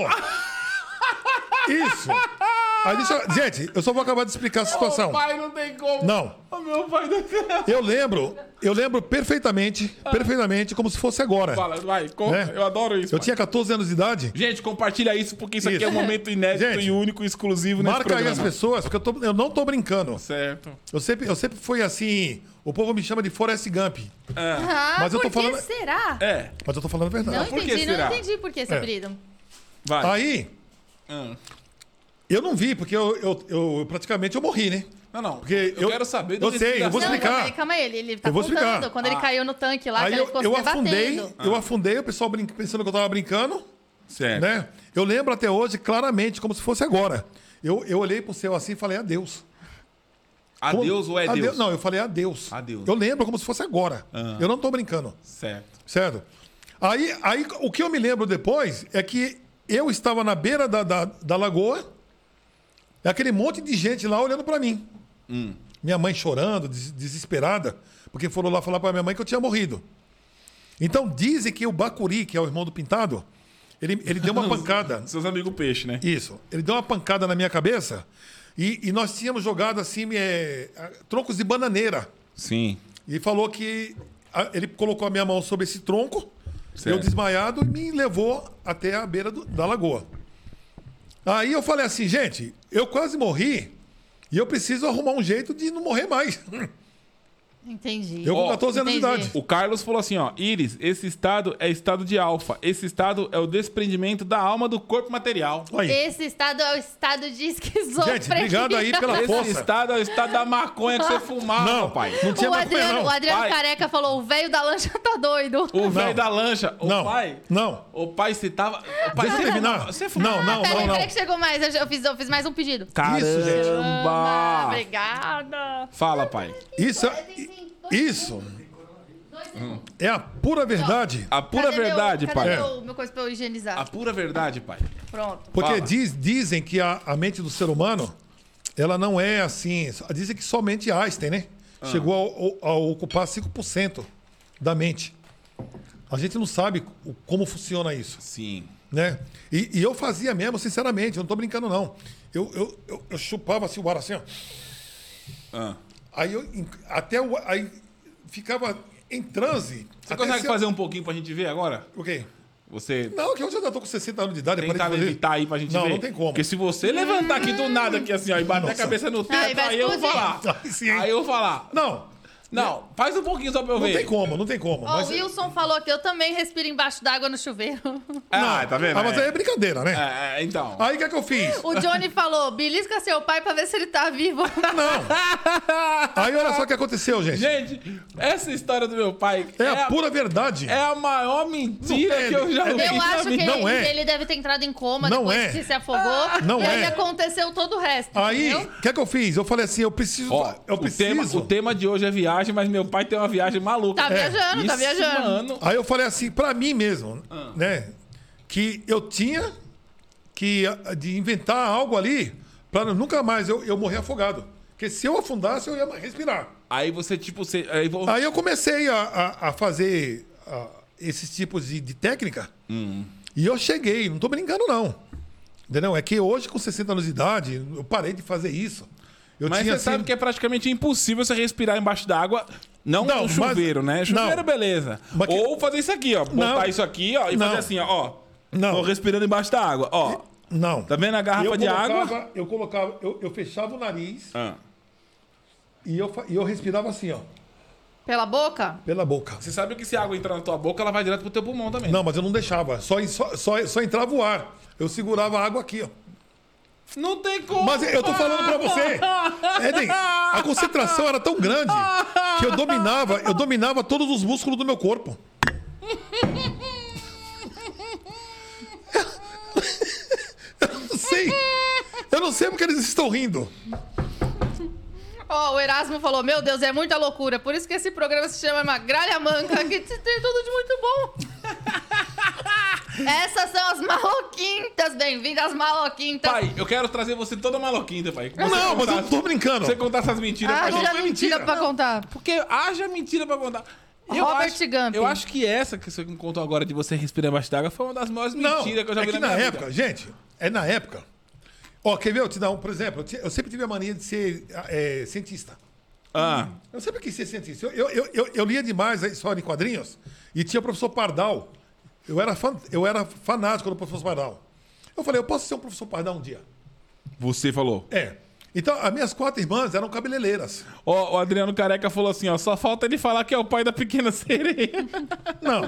Isso! Aí gente, eu só vou acabar de explicar a situação.
Ô, pai, não tem como.
Não.
Ô, meu pai do céu.
Eu lembro perfeitamente como se fosse agora.
Fala, vai, conta.
Né?
Eu adoro isso.
Eu
pai.
tinha 14 anos de idade.
Gente, compartilha isso, porque isso aqui
Isso.
é um momento inédito
Gente,
e único e exclusivo nesse
Marca aí
programa.
as pessoas, porque eu não tô brincando.
Certo.
Eu sempre fui assim. O povo me chama de Forrest Gump.
Ah,
Mas eu tô
por que
falando-
será?
É,
Mas eu tô falando a verdade.
Não
por que
entendi, não
será?
entendi por que esse
É.
apelido.
vai.
Aí,
Ah.
eu não vi, porque eu praticamente eu morri, né?
Não,
Porque
eu quero saber da
eu sei, eu vou
respiração.
explicar.
Calma aí, ele tá
Eu vou
contando.
explicar.
Quando ele caiu no tanque lá,
Aí
que ele ficou se debatendo.
eu afundei, o pessoal pensando que eu tava brincando,
Certo.
né? Eu lembro até hoje claramente, como se fosse agora. Eu olhei pro céu assim e falei adeus.
Adeus ou é Deus?
Não, eu falei adeus.
Adeus.
Eu lembro como se fosse agora. Eu não tô brincando,
Certo.
certo? Aí o que eu me lembro depois é que eu estava na beira da lagoa, e aquele monte de gente lá olhando pra mim. Minha mãe chorando, desesperada, porque foram lá falar pra minha mãe que eu tinha morrido. Então dizem que o Bacuri, que é o irmão do Pintado, ele deu uma pancada.
Seus amigos peixe, né?
Isso. Ele deu uma pancada na minha cabeça e nós tínhamos jogado assim troncos de bananeira.
Sim.
E falou que ele colocou a minha mão sobre esse tronco,
Certo.
eu desmaiado, e me levou até a beira da lagoa. Aí eu falei assim, gente, eu quase morri e eu preciso arrumar um jeito de não morrer mais.
Entendi.
Eu com
Ó,
14 anos de
entendi.
idade.
O Carlos falou assim, ó, Iris, esse estado é estado de alfa. Esse estado é o desprendimento da alma do corpo material.
Aí.
Esse estado é o estado de esquizofrenia.
Gente, obrigado aí pela
Esse
força.
estado é o estado da maconha que você fumava,
Não,
pai.
não tinha
O
maconha,
Adriano,
não.
o Adriano
Pai.
Careca falou, o velho da lancha tá doido.
O velho
Não.
da lancha. O
Não,
pai.
não.
O pai, você tava. O pai,
Deixa eu
você
terminar.
fumava- Você fumava.
Não.
Peraí que chegou mais. Eu fiz mais um pedido.
Isso, gente.
Ah,
Caramba!
obrigada.
Fala, pai.
Isso,
Tem 2
Isso é a pura verdade.
A pura
Cadê
verdade,
cadê
pai.
meu coisa pra eu higienizar?
A pura verdade, pai.
Pronto.
Porque
Fala.
dizem que a mente do ser humano, ela não é assim. Dizem que somente Einstein, né? Chegou a ocupar 5% da mente. A gente não sabe como funciona isso,
Sim.
né? E eu fazia mesmo, sinceramente, eu não tô brincando, não. Eu chupava assim o ar assim, ó.
Ah.
Aí aí ficava em transe.
Você
até
consegue
ser-
fazer um pouquinho pra gente ver agora?
O quê?
Você
Não, que eu já tô com 60 anos de idade. eu parei
tentar
de fazer.
levitar aí pra gente
Não,
ver?
não tem como.
Porque se você levantar aqui do nada, aqui assim, ó, e bater a cabeça no teto,
Aí vai
aí eu vou
explodir.
falar.
Aí sim, hein?
Aí eu vou falar.
Não,
Faz um pouquinho só pra eu
não
ver.
tem como, não tem como.
Ó, o Wilson falou que eu também respiro embaixo d'água no chuveiro.
Ah, tá vendo?
Ah, mas aí é brincadeira, né?
Então.
Aí o que é que eu fiz?
O Johnny falou, belisca seu pai pra ver se ele tá vivo.
Não. Aí olha só o que aconteceu, gente.
Gente, essa história do meu pai
É a pura verdade.
é a maior mentira
Não é,
que eu já
é
ouvi.
Eu
na
acho que
vida.
Não é.
ele deve ter entrado em coma
Não
depois
é.
que se afogou.
Não
e aí
é.
aconteceu todo o resto,
Aí,
entendeu?
o que é que eu fiz? Eu falei assim, eu preciso...
Ó,
eu preciso...
o tema de hoje é viagem, mas meu pai tem uma viagem maluca.
Tá viajando, tá
Isso,
viajando.
Mano.
Aí eu falei assim, pra mim mesmo, né? Que eu tinha que de inventar algo ali pra nunca mais eu morrer afogado. Porque se eu afundasse, eu ia respirar.
Aí você, tipo,
Aí eu comecei a fazer esses tipos de técnica. E eu cheguei, não tô brincando, não. Entendeu? É que hoje, com 60 anos de idade, eu parei de fazer isso. Eu
Mas
tinha,
você sabe que é praticamente impossível você respirar embaixo d'água. Não,
Não,
no chuveiro,
mas-
né? Chuveiro,
não.
beleza.
Mas que-
Ou fazer isso aqui, ó. Botar
Não.
isso aqui, ó, e
Não.
fazer assim, ó.
Não.
Tô respirando embaixo da água, ó.
Não.
Tá vendo a garrafa de água?
Eu fechava o nariz
Ah.
e eu respirava assim, ó,
Pela boca?
pela boca.
Você sabe que se a água entrar na tua boca, ela vai direto pro teu pulmão também.
Não, mas eu não deixava. Só entrava o ar. Eu segurava a água aqui, ó.
Não tem como.
Mas eu tô falando pra você. Eden, a concentração era tão grande que eu dominava todos os músculos do meu corpo. Eu não sei porque eles estão rindo.
Ó, o Erasmo falou, meu Deus, é muita loucura. Por isso que esse programa se chama Magralha Manca, que tem tudo de muito bom. Essas são as maloquintas. Bem-vindas às maloquintas.
Pai, eu quero trazer você toda maloquinta, pai. Você
Não, mas eu
contar-
não tô brincando.
Você contar essas mentiras pra gente.
Haja mentira pra contar.
Porque haja mentira pra contar.
Robert Gump.
Eu acho que essa que você contou agora de você respirar embaixo d'água foi uma das maiores
Não,
mentiras que eu já
é
vi
que
na
na
minha
época,
vida.
gente, na época. Ó, quer ver? Eu te dar um, por exemplo, eu sempre tive a mania de ser cientista.
Ah,
Eu sempre quis ser cientista. Eu lia demais a história em quadrinhos e tinha o professor Pardal. Eu era fanático do professor Pardal. Eu falei, eu posso ser um professor Pardal um dia.
você falou.
É. Então, as minhas 4 irmãs eram cabeleireiras.
Ó, o Adriano Careca falou assim, ó, só falta ele falar que é o pai da pequena sereia.
Não.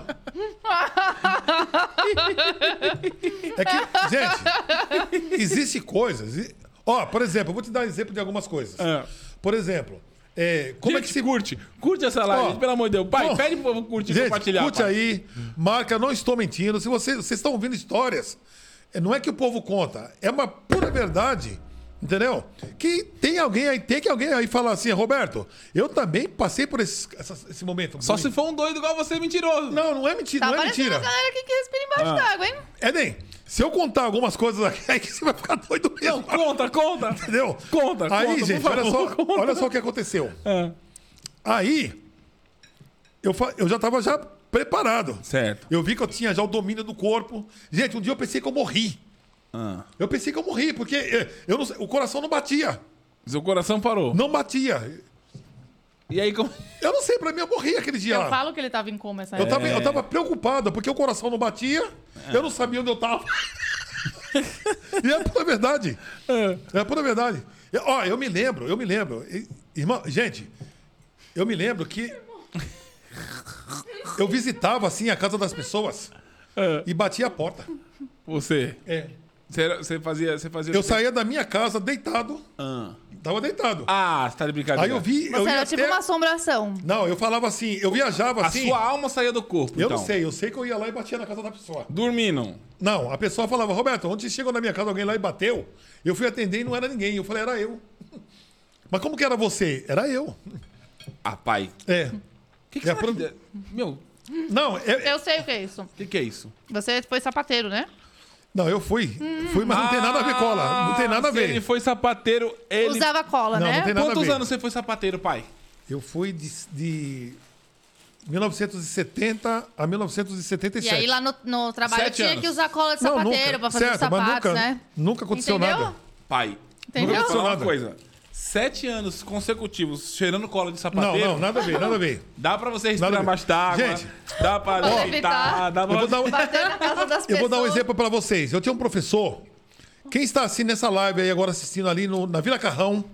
É que, gente, existe coisas. Ó, por exemplo, eu vou te dar exemplo de algumas coisas.
Ah.
Por exemplo, como é que se
curte? Curte essa live,
Ó,
gente, pelo amor de Deus. Pai,
ó,
pede pro povo curtir e
gente,
compartilhar.
curte
pai.
aí, marca, não estou mentindo. Se vocês estão ouvindo histórias, não é que o povo conta, é uma pura verdade, entendeu? Que tem que alguém aí falar assim, Roberto, eu também passei por esse momento.
Só se for um doido igual você, mentiroso.
Não é mentira,
Tá
não é
parecendo
mentira.
a galera aqui que respira embaixo d'água, hein?
Eden, se eu contar algumas coisas aqui, aí que você vai ficar doido mesmo.
Não, conta.
Entendeu?
Conta,
Aí,
conta,
gente,
por favor, conta.
olha só o que aconteceu.
Ah,
Aí, eu já estava já preparado.
certo.
Eu vi que eu tinha já o domínio do corpo. Gente, um dia eu pensei que eu morri.
Ah.
Eu pensei que eu morri, porque eu não sei, o coração não batia.
Seu coração parou.
Não batia.
E aí, como...
Eu não sei, pra mim eu morri aquele dia
Eu
lá.
falo que ele tava em coma essa
Eu
época.
tava preocupado, porque o coração não batia, eu não sabia onde eu tava. E é pura verdade. É pura verdade. Ó, eu me lembro. Irmão, gente, eu me lembro que eu visitava assim a casa das pessoas e batia a porta.
Você...
É.
Você fazia...
Eu saía da minha casa deitado. Tava deitado.
Ah, você tá de brincadeira.
Aí eu vi.
Você
eu ia
era tipo
até-
uma assombração.
Não, eu falava assim, eu viajava
A
assim.
sua alma saía do corpo,
Eu
então.
não sei, eu sei que eu ia lá e batia na casa da pessoa.
Dormindo.
Não, a pessoa falava, Roberto, ontem chegou na minha casa alguém lá e bateu. Eu fui atender e não era ninguém. Eu falei, era eu. Mas como que era você? Era eu.
Ah, pai.
É.
O que
É a
será que... Meu,
Não,
Eu sei o que é isso.
o que é isso?
Você foi sapateiro, né?
não, eu fui. Fui, mas não tem nada a ver cola. Não tem nada a
Se ele
ver.
foi sapateiro, ele...
Usava cola,
Não,
né?
não tem nada a
Quantos
ver.
anos você foi sapateiro, pai?
Eu fui de 1970 a 1977.
E aí lá no trabalho
7
tinha
anos.
que usar cola de
Não,
sapateiro
nunca.
pra fazer os
Certo, mas
sapatos,
nunca,
né?
nunca aconteceu
Entendeu?
nada.
Pai,
Entendeu?
eu vou falar uma
Nada.
coisa. 7 anos consecutivos cheirando cola de sapateiro.
Não, nada a ver, nada a ver.
Dá pra você
Nada a
respirar
ver.
mais d'água.
Gente,
dá pra
Pode
evitar.
evitar.
Dá pra...
Eu vou dar um,
Bater na casa das
eu
pessoas.
vou dar um exemplo pra vocês. Eu tinha um professor. Quem está assim nessa live aí agora assistindo ali na Vila Carrão,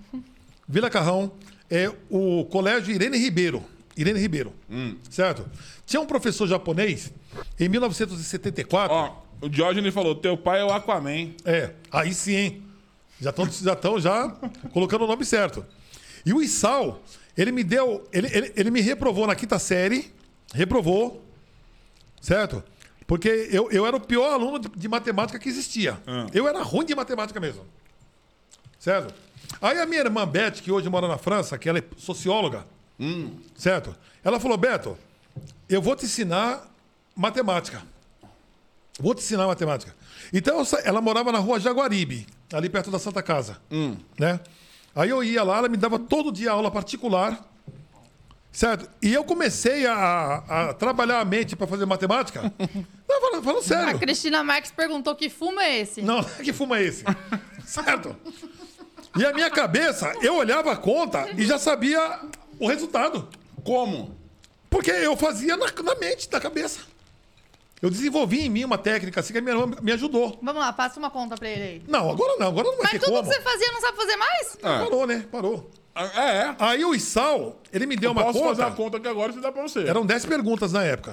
é o Colégio Irene Ribeiro. Certo? Tinha um professor japonês em 1974.
Ó, o Diógenes falou, teu pai é o Aquaman.
Aí sim, hein? Já estão colocando o nome certo. E o Issal, ele me deu. Ele me reprovou na quinta série. Reprovou. Certo? Porque eu era o pior aluno de matemática que existia. Eu era ruim de matemática mesmo. Certo? Aí a minha irmã Beth, que hoje mora na França, que ela é socióloga, certo? Ela falou, Beto, eu vou te ensinar matemática. Vou te ensinar matemática. Então ela morava na rua Jaguaribe, ali perto da Santa Casa. Né? Aí eu ia lá, ela me dava todo dia aula particular. Certo? E eu comecei a trabalhar a mente para fazer matemática. Não, falando
A
sério.
Cristina Marques perguntou que fumo é esse?
Não, que fumo é esse? Certo? E a minha cabeça, eu olhava a conta e já sabia o resultado.
Como?
Porque eu fazia na mente, na cabeça. Eu desenvolvi em mim uma técnica assim que a minha irmã me ajudou.
Vamos lá, passa uma conta pra ele aí.
Não, agora não vai
Mas
ter
tudo
como.
que você fazia não sabe fazer mais?
Parou, né? Parou.
É.
Aí o Issal, ele me deu uma
Posso fazer
conta.
a conta aqui agora se dá pra você.
Eram 10 perguntas na época.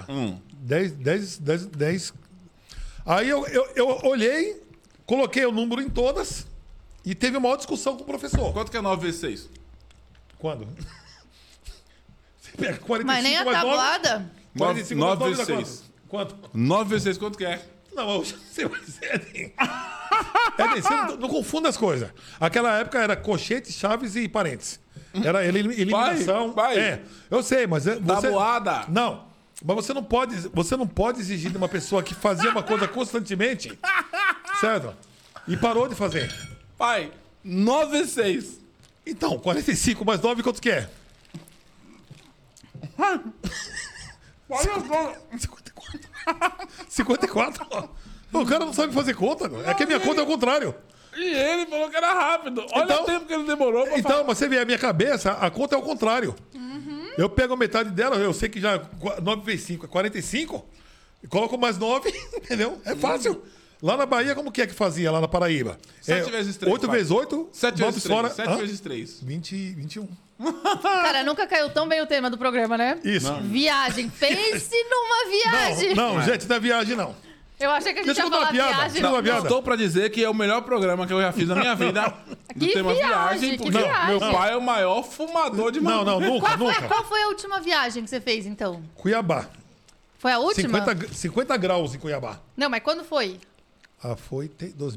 10. Aí eu olhei, coloquei o número em todas e teve uma maior discussão com o professor.
Quanto que é 9 vezes 6?
Quando? Você pega 45
Mas nem a
mais 9.
tabuada.
45
9
mais 9
vezes
dá
6.
quanto?
9 vezes 6, quanto que é?
Não, eu já sei, mas Éden, você não confunda as coisas. Aquela época era colchete, chaves e parênteses. Era eliminação.
Pai.
É, eu sei, mas você...
Tabuada.
Não, mas você não pode exigir de uma pessoa que fazia uma coisa constantemente, certo? E parou de fazer.
Pai, 9 vezes 6.
Então, 45 mais 9, quanto que é? 54? O cara não sabe fazer conta. É que a minha conta é o contrário.
E ele falou que era rápido. Olha
Então-
o tempo que ele demorou pra falar.
Então, mas você vê a minha cabeça, a conta é o contrário. Eu pego a metade dela, eu sei que já 9 vezes 5 é 45, e coloco mais 9, entendeu? É fácil. Lá na Bahia, como que é que fazia lá na Paraíba?
7 vezes 3,
8
pai.
vezes 8,
7 vezes 3.
fora.
7
Hã?
vezes 3.
21.
Cara, nunca caiu tão bem o tema do programa, né?
Isso.
Viagem. Pense numa viagem.
Não, gente, não é viagem, não.
Eu achei que a gente
Deixa eu
ia
contar
falar
uma piada.
viagem.
Deixa eu contar uma piada.
Estou pra dizer que é o melhor programa que eu já fiz na minha vida do
Que
tema
viagem, que
porque
viagem.
meu pai é o maior fumador de
Não,
maconha.
nunca.
Qual foi a última viagem que você fez, então?
Cuiabá.
Foi a última?
50 graus em Cuiabá.
Não, mas quando foi?
Foi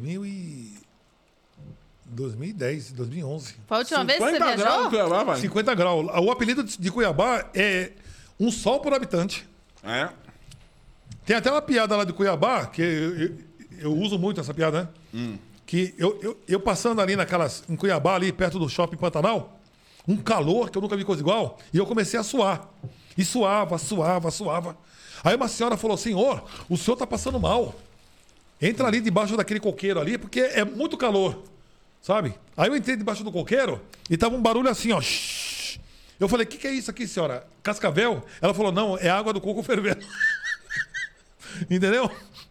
2010, 2011.
Foi a última vez que você
50 graus
viajou?
no Cuiabá, vai.
50 graus. O apelido de Cuiabá é um sol por habitante.
É.
Tem até uma piada lá de Cuiabá, que eu uso muito essa piada, né? Que eu passando ali em Cuiabá, ali perto do Shopping Pantanal, um calor que eu nunca vi coisa igual, e eu comecei a suar. E suava. Aí uma senhora falou, senhor, o senhor tá passando mal. Entra ali debaixo daquele coqueiro ali, porque é muito calor, sabe? Aí eu entrei debaixo do coqueiro e tava um barulho assim, ó. Shhh. Eu falei, o que é isso aqui, senhora? Cascavel? Ela falou, não, é água do coco fervendo. Entendeu?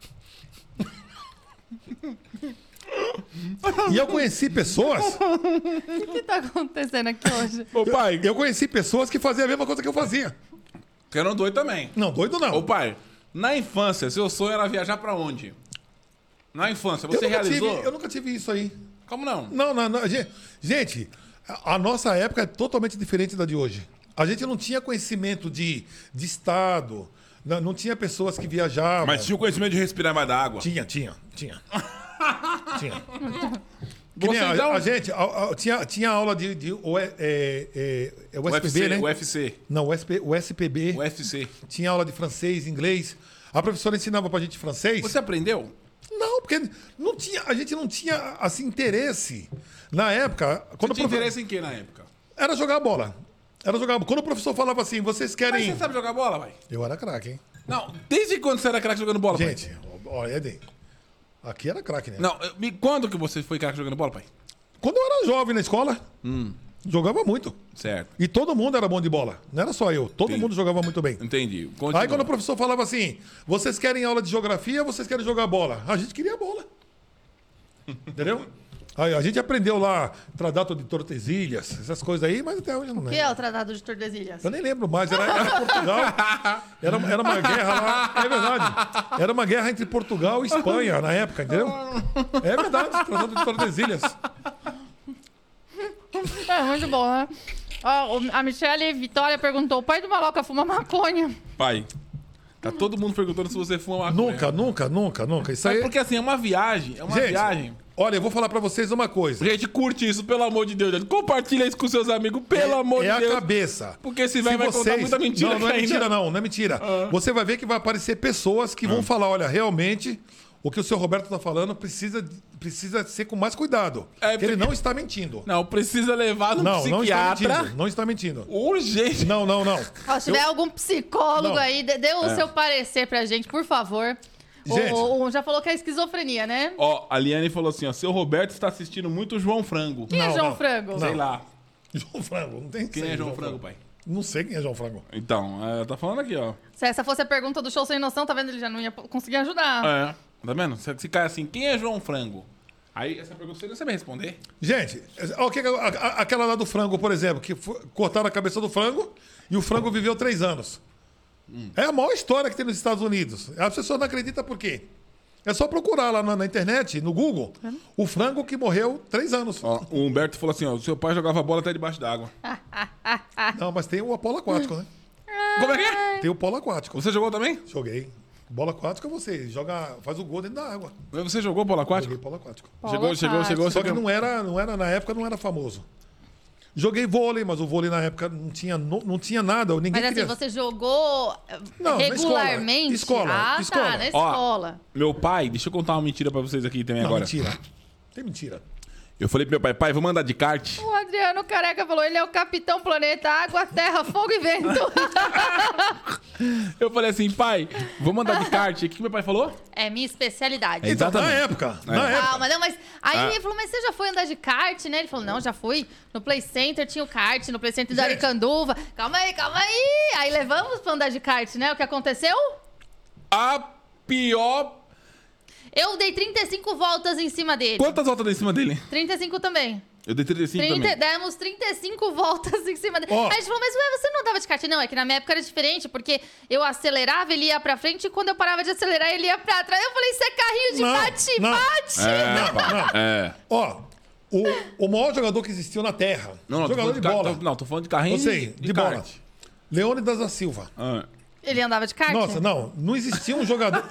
E eu conheci pessoas.
O que tá acontecendo aqui hoje?
Ô pai,
Eu conheci pessoas que faziam a mesma coisa que eu fazia.
que eram doido também.
Não, doido não.
Ô pai, na infância, seu sonho era viajar pra onde? Na infância, você realizou?
Eu nunca tive isso aí.
Como não?
Não. Gente, a nossa época é totalmente diferente da de hoje. A gente não tinha conhecimento de estado, não tinha pessoas que viajavam.
Mas tinha o conhecimento de respirar mais da água.
Tinha. Que nem
Você, então-
a gente tinha aula de USPB, né?
UFC.
Não, o SPB.
UFC.
Tinha aula de francês, inglês. A professora ensinava pra gente francês.
Você aprendeu?
Não, porque a gente não tinha assim, interesse. Na época. Quando
Você tinha interesse em quê na época?
Era jogar bola. Quando o professor falava assim, vocês
Mas
querem.
você sabe jogar bola, vai?
Eu era craque, hein?
Não, desde quando você era craque jogando bola, pai?
Gente, olha, Eden. Aqui era craque, né?
Não, quando que você foi craque jogando bola, pai?
Quando eu era jovem na escola, jogava muito.
Certo.
E todo mundo era bom de bola. Não era só eu. Todo
Entendi.
mundo jogava muito bem.
Entendi. Continua.
Aí quando o professor falava assim, vocês querem aula de geografia ou vocês querem jogar bola? A gente queria bola. Entendeu? Aí a gente aprendeu lá Tratado de Tordesilhas, essas coisas aí, mas até hoje eu não
O que
lembro.
é o Tratado de Tordesilhas?
Eu nem lembro mais, era Portugal. Era uma guerra lá. É verdade. Era uma guerra entre Portugal e Espanha na época, entendeu? É verdade, Tratado de Tordesilhas.
É muito bom, né? Ó, a Michelle Vitória perguntou: o pai do Maloca fuma maconha?
Pai, tá todo mundo perguntando se você fuma maconha.
Nunca. Isso
Mas
aí.
porque assim, é uma viagem. É uma
Gente,
viagem.
olha, eu vou falar pra vocês uma coisa.
Gente, curte isso, pelo amor de Deus. Gente. Compartilha isso com seus amigos, pelo amor de
É
Deus.
a cabeça.
Porque esse velho vai contar muita mentira
Não, não é
aqui
mentira,
ainda.
não é mentira. Você vai ver que vai aparecer pessoas que vão falar: olha, realmente, o que o senhor Roberto tá falando precisa ser com mais cuidado.
É,
Porque ele
porque-
não está mentindo.
Não, precisa levar no
Não está
psiquiatra.
mentindo. Não está mentindo.
Urgente.
Não.
Ó, se tiver algum psicólogo
Não.
aí, dê o seu parecer pra gente, por favor.
Gente.
Já falou que é esquizofrenia, né?
Ó, a Liane falou assim, ó. Seu Roberto está assistindo muito o João Frango.
Quem é
Não,
João
não.
Frango?
Não.
Sei lá.
João Frango, não tem que
Quem
ser
é João Frango, pai?
Não sei quem é João Frango.
Então, ela tá falando aqui, ó.
Se essa fosse a pergunta do show sem noção, tá vendo? Ele já não ia conseguir ajudar.
É. Tá vendo? Se cai assim, quem é João Frango? Aí, essa pergunta você não sabe responder.
Gente, aquela lá do frango, por exemplo, que cortaram a cabeça do frango e o frango viveu 3 anos. É a maior história que tem nos Estados Unidos. As pessoas não acreditam por quê? É só procurar lá na internet, no Google, o frango que morreu 3 anos.
Ó, o Humberto falou assim, ó. O seu pai jogava bola até debaixo d'água.
Não, mas tem o polo aquático, né?
Como é que é?
Tem o polo aquático.
Você jogou também?
Joguei. Bola aquática você faz o gol dentro da água.
Você jogou bola aquática?
Joguei polo aquático.
Chegou.
Só que não era, na época não era famoso. Joguei vôlei, mas o vôlei na época não tinha nada. Ninguém
Mas assim,
queria...
você jogou
Não, na
regularmente?
escola.
Ah,
Escola.
tá, na
Ó,
escola.
Meu pai, deixa eu contar uma mentira pra vocês aqui também
Não,
agora.
mentira. Tem mentira.
Eu falei pro meu pai, vamos andar de kart?
O Adriano Careca falou: ele é o capitão planeta água, terra, fogo e vento.
Eu falei assim, pai, vamos andar de kart. O que meu pai falou?
É minha especialidade.
É.
Então, na
Exatamente.
época. Na época.
Calma, não, mas aí
Ah.
ele falou, mas você já foi andar de kart, né? Ele falou, não, já fui. No Play Center tinha o kart, no Play Center da
Gente.
Aricanduva. Calma aí. Aí levamos pra andar de kart, né? O que aconteceu?
A pior...
Eu dei 35 voltas em cima dele.
Quantas voltas deu em cima dele?
35 também.
Eu dei 35 também.
Demos 35 voltas em cima dele.
Ó.
Aí a gente falou, mas ué, você não andava de kart? Não, é que na minha época era diferente, porque eu acelerava, ele ia pra frente, e quando eu parava de acelerar, ele ia pra trás. Eu falei, isso é carrinho de
Não,
bate-bate.
Não.
É.
Ó, o maior jogador que existiu na Terra.
Não, tô
jogador
falando
de bola.
Não, tô falando de carrinho
Eu sei, de bola.
kart.
Leônidas da Silva.
Ah.
Ele andava de kart?
Nossa, não existia um jogador.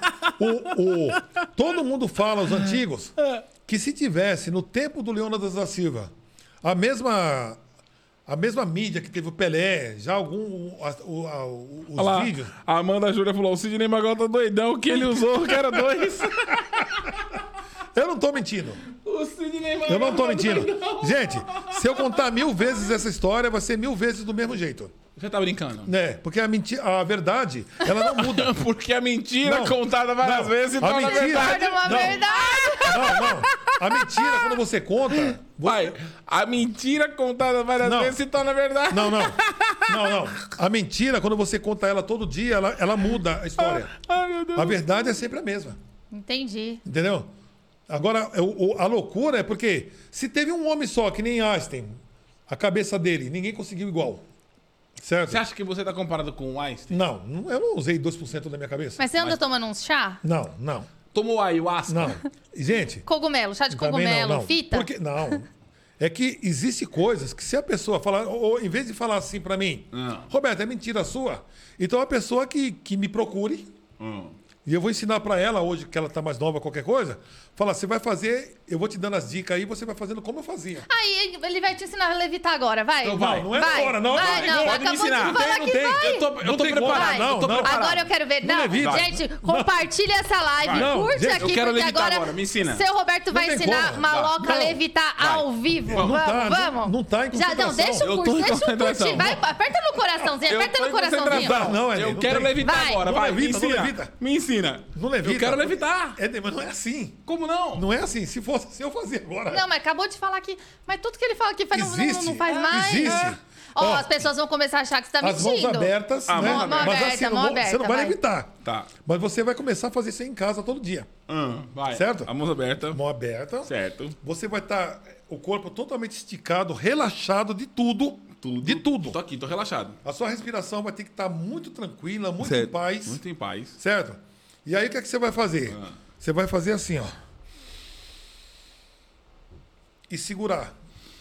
Todo mundo fala, os antigos, que se tivesse no tempo do Leônidas da Silva a mesma mídia que teve o Pelé, já os
Olha lá,
vídeos.
a Amanda Júlia falou, o Sidney Magal tá doidão, que ele usou, que era 2.
Eu não tô mentindo.
O Sidney Magal
Eu não tô
tá
mentindo.
doidão.
Gente, se eu contar 1000 vezes essa história, vai ser 1000 vezes do mesmo jeito.
Você tá brincando?
Né? Porque a verdade, ela não muda.
Porque a mentira
Não,
contada várias
não.
vezes se
A
torna
mentira-
verdade.
É uma
Não.
verdade.
Não. A mentira, quando você conta.
Pai, a mentira contada várias
Não.
vezes se torna verdade.
Não. A mentira, quando você conta ela todo dia, ela muda a história.
Ai, meu Deus.
A verdade é sempre a mesma.
Entendi.
Entendeu? Agora, a loucura é porque se teve um homem só, que nem Einstein, a cabeça dele, ninguém conseguiu igual. Certo?
Você acha que você tá comparado com o Einstein?
Não, eu não usei 2% da minha cabeça.
Mas você anda tomando uns chá?
Não.
Tomou ayahuasca?
Não. Gente,
Cogumelo, chá de
também
cogumelo,
não.
fita?
Porque, não. É que existe coisas que se a pessoa falar, ou em vez de falar assim pra mim, Roberto, é mentira sua, então a pessoa que me procure, E eu vou ensinar para ela hoje, que ela tá mais nova, qualquer coisa. Fala, você vai fazer, eu vou te dando as dicas aí, você vai fazendo como eu fazia.
Aí ele vai te ensinar a levitar agora, vai.
Então vai.
Não é
Vai,
agora, não.
vai, não,
Pode me
acabou de
ensinar.
falar
Não
que
tem.
vai.
Eu tô
Não tem
preparado.
como.
Eu tô
Não.
preparado.
Agora eu quero ver. Não,
levita.
gente, compartilha essa live,
Não,
curte
gente,
aqui,
eu quero
porque
levitar agora, me ensina.
Seu Roberto vai
tem
ensinar
como.
Maloca a
Não.
levitar ao vivo.
Não
Vamos,
tá,
vamos.
não tá em
Já, não, deixa
Eu
o
tô
curte,
em
deixa o curte.
concentração.
Vai, aperta no coraçãozinho,
Eu
aperta
tô
no
em
coraçãozinho.
concentração.
Não, Ellen,
Eu
não
quero
tem.
levitar
Vai.
agora,
Não
vai.
levita,
Me
não
ensina.
levita.
Me ensina.
Não levita.
Eu quero levitar.
Mas não é assim.
Como não?
Não é assim. Se fosse assim, eu fazia agora.
Não, mas acabou de falar que... Mas tudo que ele fala aqui faz,
Existe.
não faz mais.
Existe.
Ó,
Ó,
as pessoas vão começar a achar que você tá
As mãos
mentindo.
abertas, né?
mão aberta.
Mas assim,
Mão aberta,
você não vai
vai.
levitar.
Tá.
Mas você vai começar a fazer isso aí em casa todo dia.
Vai.
Certo?
A mão aberta.
Mão aberta.
Certo.
Você vai estar o corpo totalmente esticado, relaxado de tudo. De tudo.
Tô aqui, tô relaxado.
A sua respiração vai ter que estar muito tranquila, muito
Certo.
em paz.
Muito em paz.
Certo? E aí o que é que você vai fazer? Você vai fazer assim, ó. E segurar.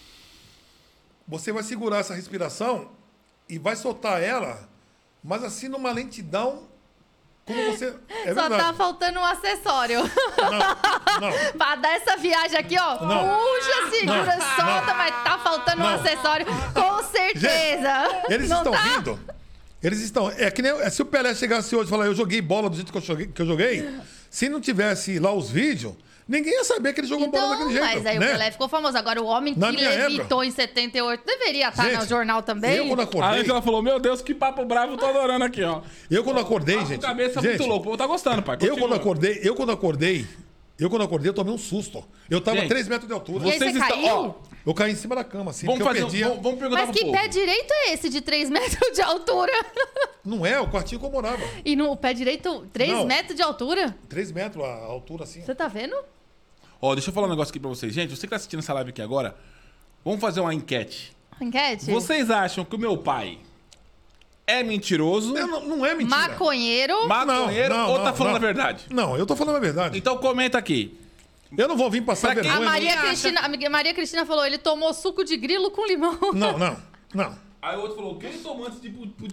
Você vai segurar essa respiração e vai soltar ela, mas assim numa lentidão, como você... É
Só
verdade.
tá faltando um acessório.
Não.
Pra dar essa viagem aqui, ó.
Não.
Puxa, segura,
Não.
solta, mas tá faltando um
Não.
acessório. Com certeza.
Eles
Não
estão
tá?
vindo. Eles estão. É que nem se o Pelé chegasse hoje e falar, eu joguei bola do jeito que eu joguei, se não tivesse lá os vídeos, ninguém ia saber que ele jogou bola
Então,
daquele jeito.
mas aí
né?
o Pelé ficou famoso. Agora, o homem
Na
que
minha
levitou em 78 deveria estar
Gente,
no jornal também.
Eu quando
A
acordei.
Angela falou, meu Deus, que papo bravo, tô adorando aqui, ó.
Eu quando acordei,
Papo
gente.
cabeça
gente,
muito louco. O povo tá gostando, pai.
Eu
Continua.
quando acordei, eu tomei um susto. Eu tava a
Gente,
3 metros de altura.
E aí você
Vocês
caiu?
estão... Ó,
Eu caí em cima da cama, assim,
vamos
porque
fazer...
eu perdia.
Vamos perguntar
Mas
pro
que
povo.
pé direito é esse de 3 metros de altura?
Não é, o quartinho que eu morava.
E no pé direito, 3
Não.
metros de altura?
3 metros a altura, assim.
Você tá vendo?
Ó, deixa eu falar um negócio aqui pra vocês. Gente, você que tá assistindo essa live aqui agora, vamos fazer uma enquete.
Enquete?
Vocês acham que o meu pai é mentiroso,
Não é mentira.
Maconheiro.
maconheiro
Não,
ou tá
não,
falando
não.
a verdade?
Não, eu tô falando a verdade.
Então comenta aqui.
Eu não vou vir passar
Pra quem-
A
vergonha.
Maria Cristina falou, ele tomou suco de grilo com limão.
Não.
Aí o outro falou, o que ele tomou antes de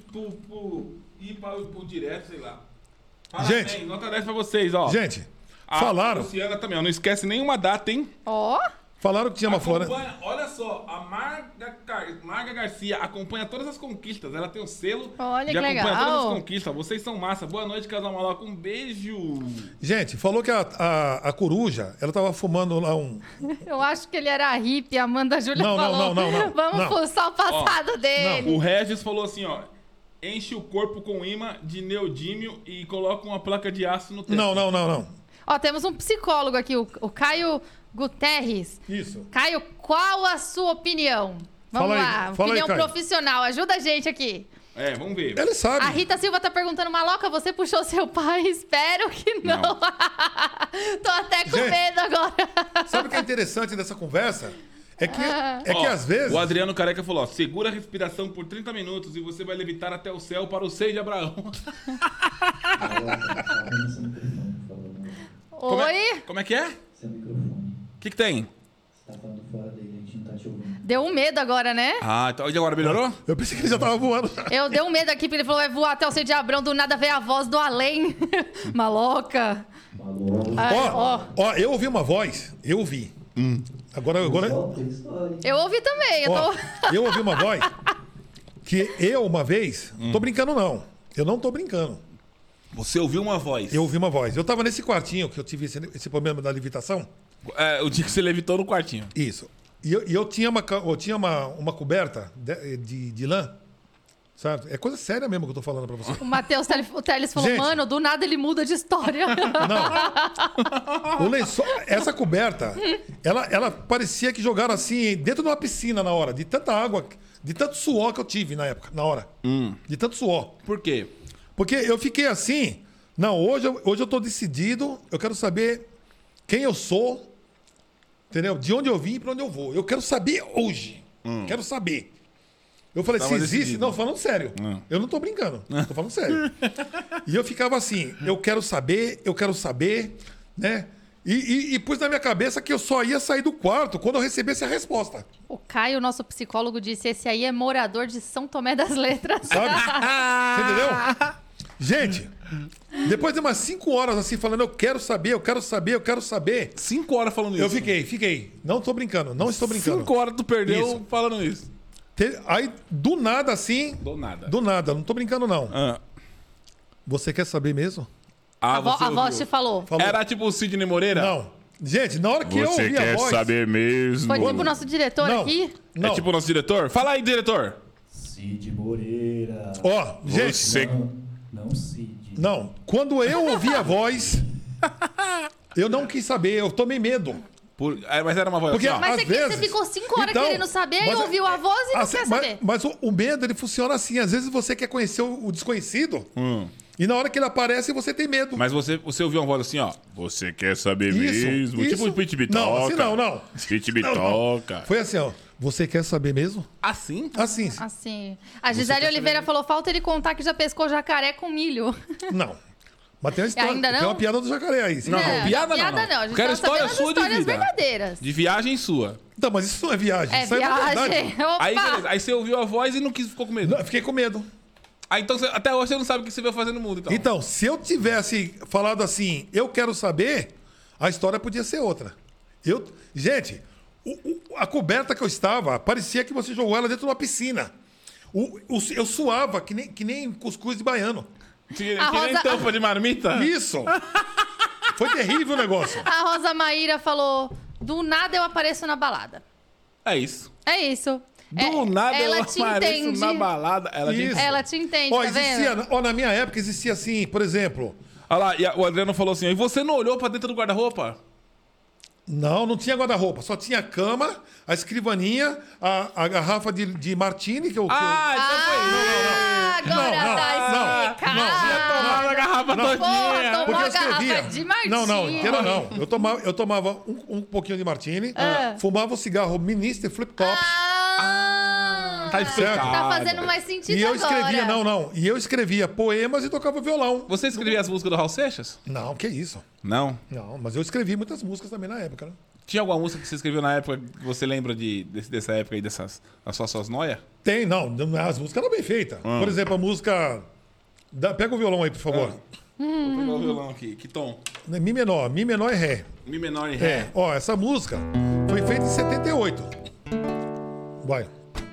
ir pro direto, sei lá. Parabéns,
Gente.
nota 10 pra vocês, ó.
Gente,
A
falaram
Luciana também, ó, não esquece nenhuma data, hein?
Ó.
que tinha uma floresta.
Acompanha, olha só, a Marga Garcia acompanha todas as conquistas. Ela tem o selo
Olha
de
que
acompanha
legal.
todas as conquistas. Vocês são massa. Boa noite, Casal Maloca. Um beijo.
Gente, falou que a coruja, ela tava fumando lá um.
Eu acho que ele era hippie, a Amanda Júlia
Não, não,
falou.
não, não, não.
Vamos
Não.
fuçar o passado dele.
O Regis falou assim, ó. Enche o corpo com imã de neodímio e coloca uma placa de aço no teto.
Não.
Ó, temos um psicólogo aqui, o Caio Guterres.
Isso.
Caio, qual a sua opinião? Vamos
Fala aí,
lá,
fala aí,
opinião
Caio.
profissional. Ajuda a gente aqui.
É, vamos ver.
Ele sabe.
A Rita Silva tá perguntando, Maloca, você puxou seu pai? Espero que não.
Não.
Tô até com
Gente.
medo agora.
Sabe o que é interessante dessa conversa? É que
Ó,
às vezes.
O Adriano Careca falou, ó, segura a respiração por 30 minutos e você vai levitar até o céu para o seio de Abraão.
Oi?
Como é que é?
Seu microfone.
O que tem?
Você tá falando fora dele, a gente não tá te ouvindo.
Deu um medo agora, né?
Ah, então, e agora melhorou?
Eu pensei que ele já tava voando.
Eu dei um medo aqui, porque ele falou, vai voar até o seio de Abrão, do nada veio a voz do além. Maloca.
Falou.
Ai,
Ó, eu ouvi uma voz. Eu ouvi. Agora.
Solta a história.
Eu ouvi também.
Eu ouvi uma voz que eu, uma vez. Tô brincando, não. Eu não tô brincando.
Você ouviu uma voz.
Eu ouvi uma voz. Eu tava nesse quartinho que eu tive esse problema da levitação.
É, o dia que você levitou no quartinho.
Isso. E eu tinha uma coberta de lã. Certo? É coisa séria mesmo que eu tô falando pra você.
O Matheus Teles falou,
Gente.
mano, do nada ele muda de história.
Não. O lençol, essa coberta, ela parecia que jogaram assim dentro de uma piscina na hora, de tanta água, de tanto suor que eu tive na época, na hora. De tanto suor.
Por quê?
Porque eu fiquei assim. Não, hoje eu tô decidido, eu quero saber quem eu sou, entendeu? De onde eu vim e pra onde eu vou. Eu quero saber hoje. Quero saber. Eu falei,
Tava
se existe.
decidido.
Não, falando sério. Eu não tô brincando. Tô falando sério. E eu ficava assim, eu quero saber, né? E pus na minha cabeça que eu só ia sair do quarto quando eu recebesse a resposta.
O Caio, nosso psicólogo, disse, esse aí é morador de São Tomé das Letras.
Sabe? Você entendeu? Gente, Depois de umas 5 horas assim, falando, eu quero saber, eu quero saber, eu quero saber.
5 horas falando isso.
Eu fiquei. Não tô brincando, não estou brincando.
5 horas tu perdeu
Isso.
falando isso.
Aí, do nada assim...
Do nada.
Do nada, não tô brincando não.
Ah.
Você quer saber mesmo?
A
você
voz
ouviu.
te falou.
Falou.
Era tipo o Sidney Moreira?
Não. Gente, na hora que eu ouvi a voz...
mesmo?
Foi tipo o nosso diretor
Não.
aqui.
Não.
É tipo o nosso diretor? Fala aí, diretor.
Cid Moreira.
Ó, gente...
Você...
Não Cid.
Não. Quando eu ouvi a voz, eu não quis saber, eu tomei medo.
Mas era uma voz
Porque
assim, ó.
Mas
às
você
vezes...
ficou 5 horas
Então,
querendo saber e
mas-
ouviu a voz e não
assim,
quer saber.
Mas o medo, ele funciona assim. Às vezes você quer conhecer o desconhecido e na hora que ele aparece, você tem medo.
Mas você ouviu uma voz assim, ó. Você quer saber mesmo?
isso.
Tipo o Pit Bitoca.
Não, assim não.
Pit
Não, não.
Bitoca.
Foi assim, ó. Você quer saber mesmo?
Assim?
Assim.
Assim. A Gisele Oliveira falou: falta ele contar que já pescou jacaré com milho.
Não. Mas tem uma história,
Ainda não?
tem uma piada do jacaré aí.
Não, piada não.
A gente
Quero
tá
história
sabendo
sua de
histórias
vida.
verdadeiras.
De viagem sua.
Não, mas isso não é viagem.
É
isso
viagem.
verdade.
Opa!
Aí, beleza. Aí você ouviu a voz e não ficou com medo.
Não, eu fiquei com medo.
Aí então, até hoje você não sabe o que você veio fazer no mundo, então.
Então, se eu tivesse falado assim, eu quero saber, a história podia ser outra. Gente, a coberta que eu estava, parecia que você jogou ela dentro de uma piscina. Eu suava que nem cuscuz de baiano.
Que
A
nem
Rosa-
tampa de marmita.
Isso! Foi terrível o negócio.
A Rosa Maíra falou: do nada eu apareço na balada.
É isso.
É isso.
Do nada
ela
eu
te
apareço
entende.
na balada. Ela te
Isso.
Ela te entende,
Ó,
tá vendo?
na minha época existia assim, por exemplo.
Olha lá, e o Adriano falou assim, e você não olhou pra dentro do guarda-roupa?
Não tinha guarda-roupa, só tinha a cama, a escrivaninha, a garrafa de martini que eu.
Ah, agora
Não,
tá
não,
explicado.
Tomava a garrafa
Não.
todinha.
Pô, tomou
Porque
a
eu escrevia.
garrafa de martini.
Não, inteira não. Eu tomava um pouquinho de martini, fumava um cigarro Minister Flip Tops.
Tá explicado.
Tá fazendo mais sentido
E eu
agora.
escrevia, E eu escrevia poemas e tocava violão.
Você escrevia as músicas do Raul Seixas?
Não, que isso.
Não.
Não, mas eu escrevi muitas músicas também na época, né?
Tinha alguma música que você escreveu na época que você lembra dessa época aí, das suas noias?
Tem, as músicas eram bem feitas. Por exemplo, a música. Pega o violão aí, por favor.
Vou pegar o violão aqui. Que tom?
Mi menor e Ré.
Mi menor e ré.
Ó, essa música foi feita em 78. Vai.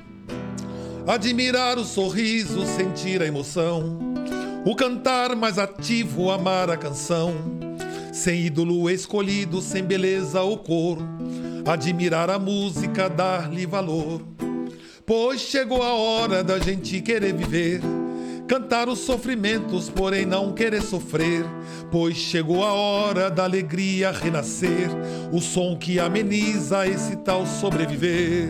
Admirar o sorriso, sentir a emoção, o cantar mais ativo, amar a canção, sem ídolo escolhido, sem beleza ou cor, admirar a música, dar-lhe valor. Pois chegou a hora da gente querer viver, cantar os sofrimentos, porém não querer sofrer. Pois chegou a hora da alegria renascer, o som que ameniza esse tal sobreviver.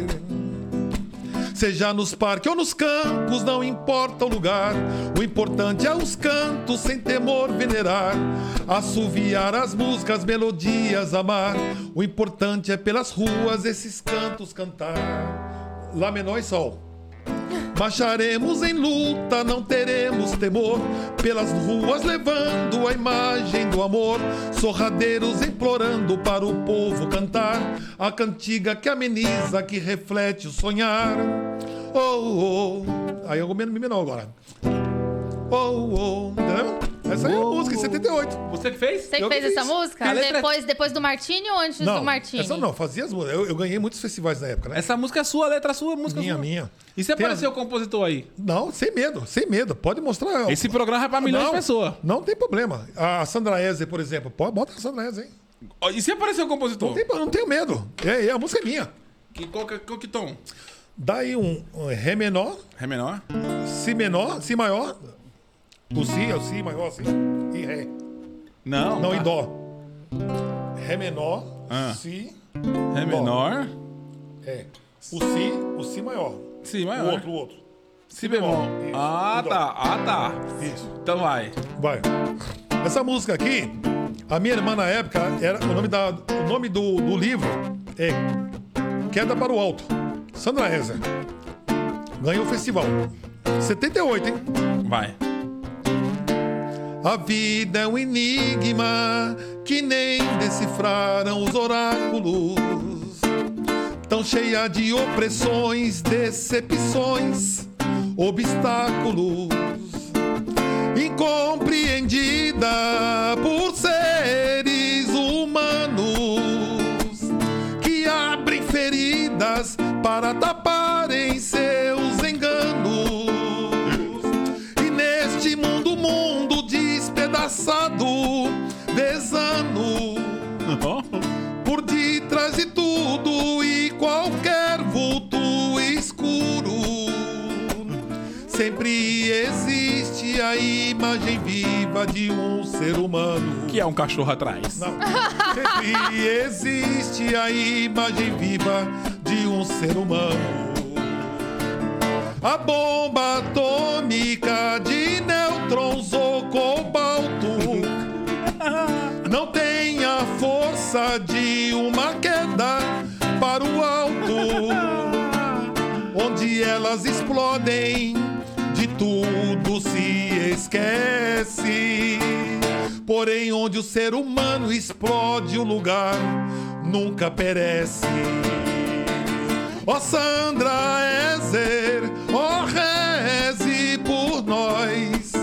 Seja nos parques ou nos campos, não importa o lugar, o importante é os cantos sem temor venerar, assoviar as músicas, melodias, amar. O importante é pelas ruas esses cantos cantar. Lá menor e sol. Marcharemos em luta, não teremos temor, pelas ruas levando a imagem do amor, sorradeiros implorando para o povo cantar a cantiga que ameniza, que reflete o sonhar. Oh, oh. Aí eu vou mi menor agora. Oh, oh. Entendeu? Essa aí é a música, em 78.
Você que fez?
Você que
Eu
fez
que fiz.
essa música?
A letra-
Depois do Martini ou antes do Martini?
essa não, fazia as músicas. Eu ganhei muitos festivais na época, né?
Essa música é sua, a letra é sua, a música é sua.
Minha.
E se
Tem
aparecer o compositor aí?
Não, sem medo. Pode mostrar.
Esse programa é pra milhões de pessoas.
Não tem problema. A Sandra Ezer, por exemplo. Bota a Sandra Ezer, hein?
E se aparecer o compositor?
Não tenho medo. A música é minha.
Qual que tom?
Daí um Ré menor,
Ré menor?
Si menor, Si maior. O Si é o Si maior, assim. E Ré.
Não.
Não,
tá.
e Dó. Ré menor,
Ah.
Si.
Ré menor.
É. O Si maior.
Si
O
maior.
outro.
Si bemol.
Isso.
Ah,
E Dó.
tá. Ah, tá.
Isso.
Então vai.
Vai. Essa música aqui, a minha irmã na época, o nome do livro é Queda para o Alto. Sandra Ezer. Ganhou o festival. 78, hein?
Vai.
A vida é um enigma que nem decifraram os oráculos. Tão cheia de opressões, decepções, obstáculos. incompreendida por seres humanos que abrem feridas para taparem seus enganos. E neste mundo despedaçado, desano, por detrás de tudo e qualquer vulto escuro, sempre existe a imagem viva de um ser humano.
Que é um cachorro atrás.
Não. Sempre existe a imagem viva de um ser humano. A bomba atômica de nêutrons ou cobalto não tem a força de uma queda para o alto. Onde elas explodem, de tudo se esquece. Porém, onde o ser humano explode, o lugar nunca perece. Ó Sandra Ezer, ó reze por nós.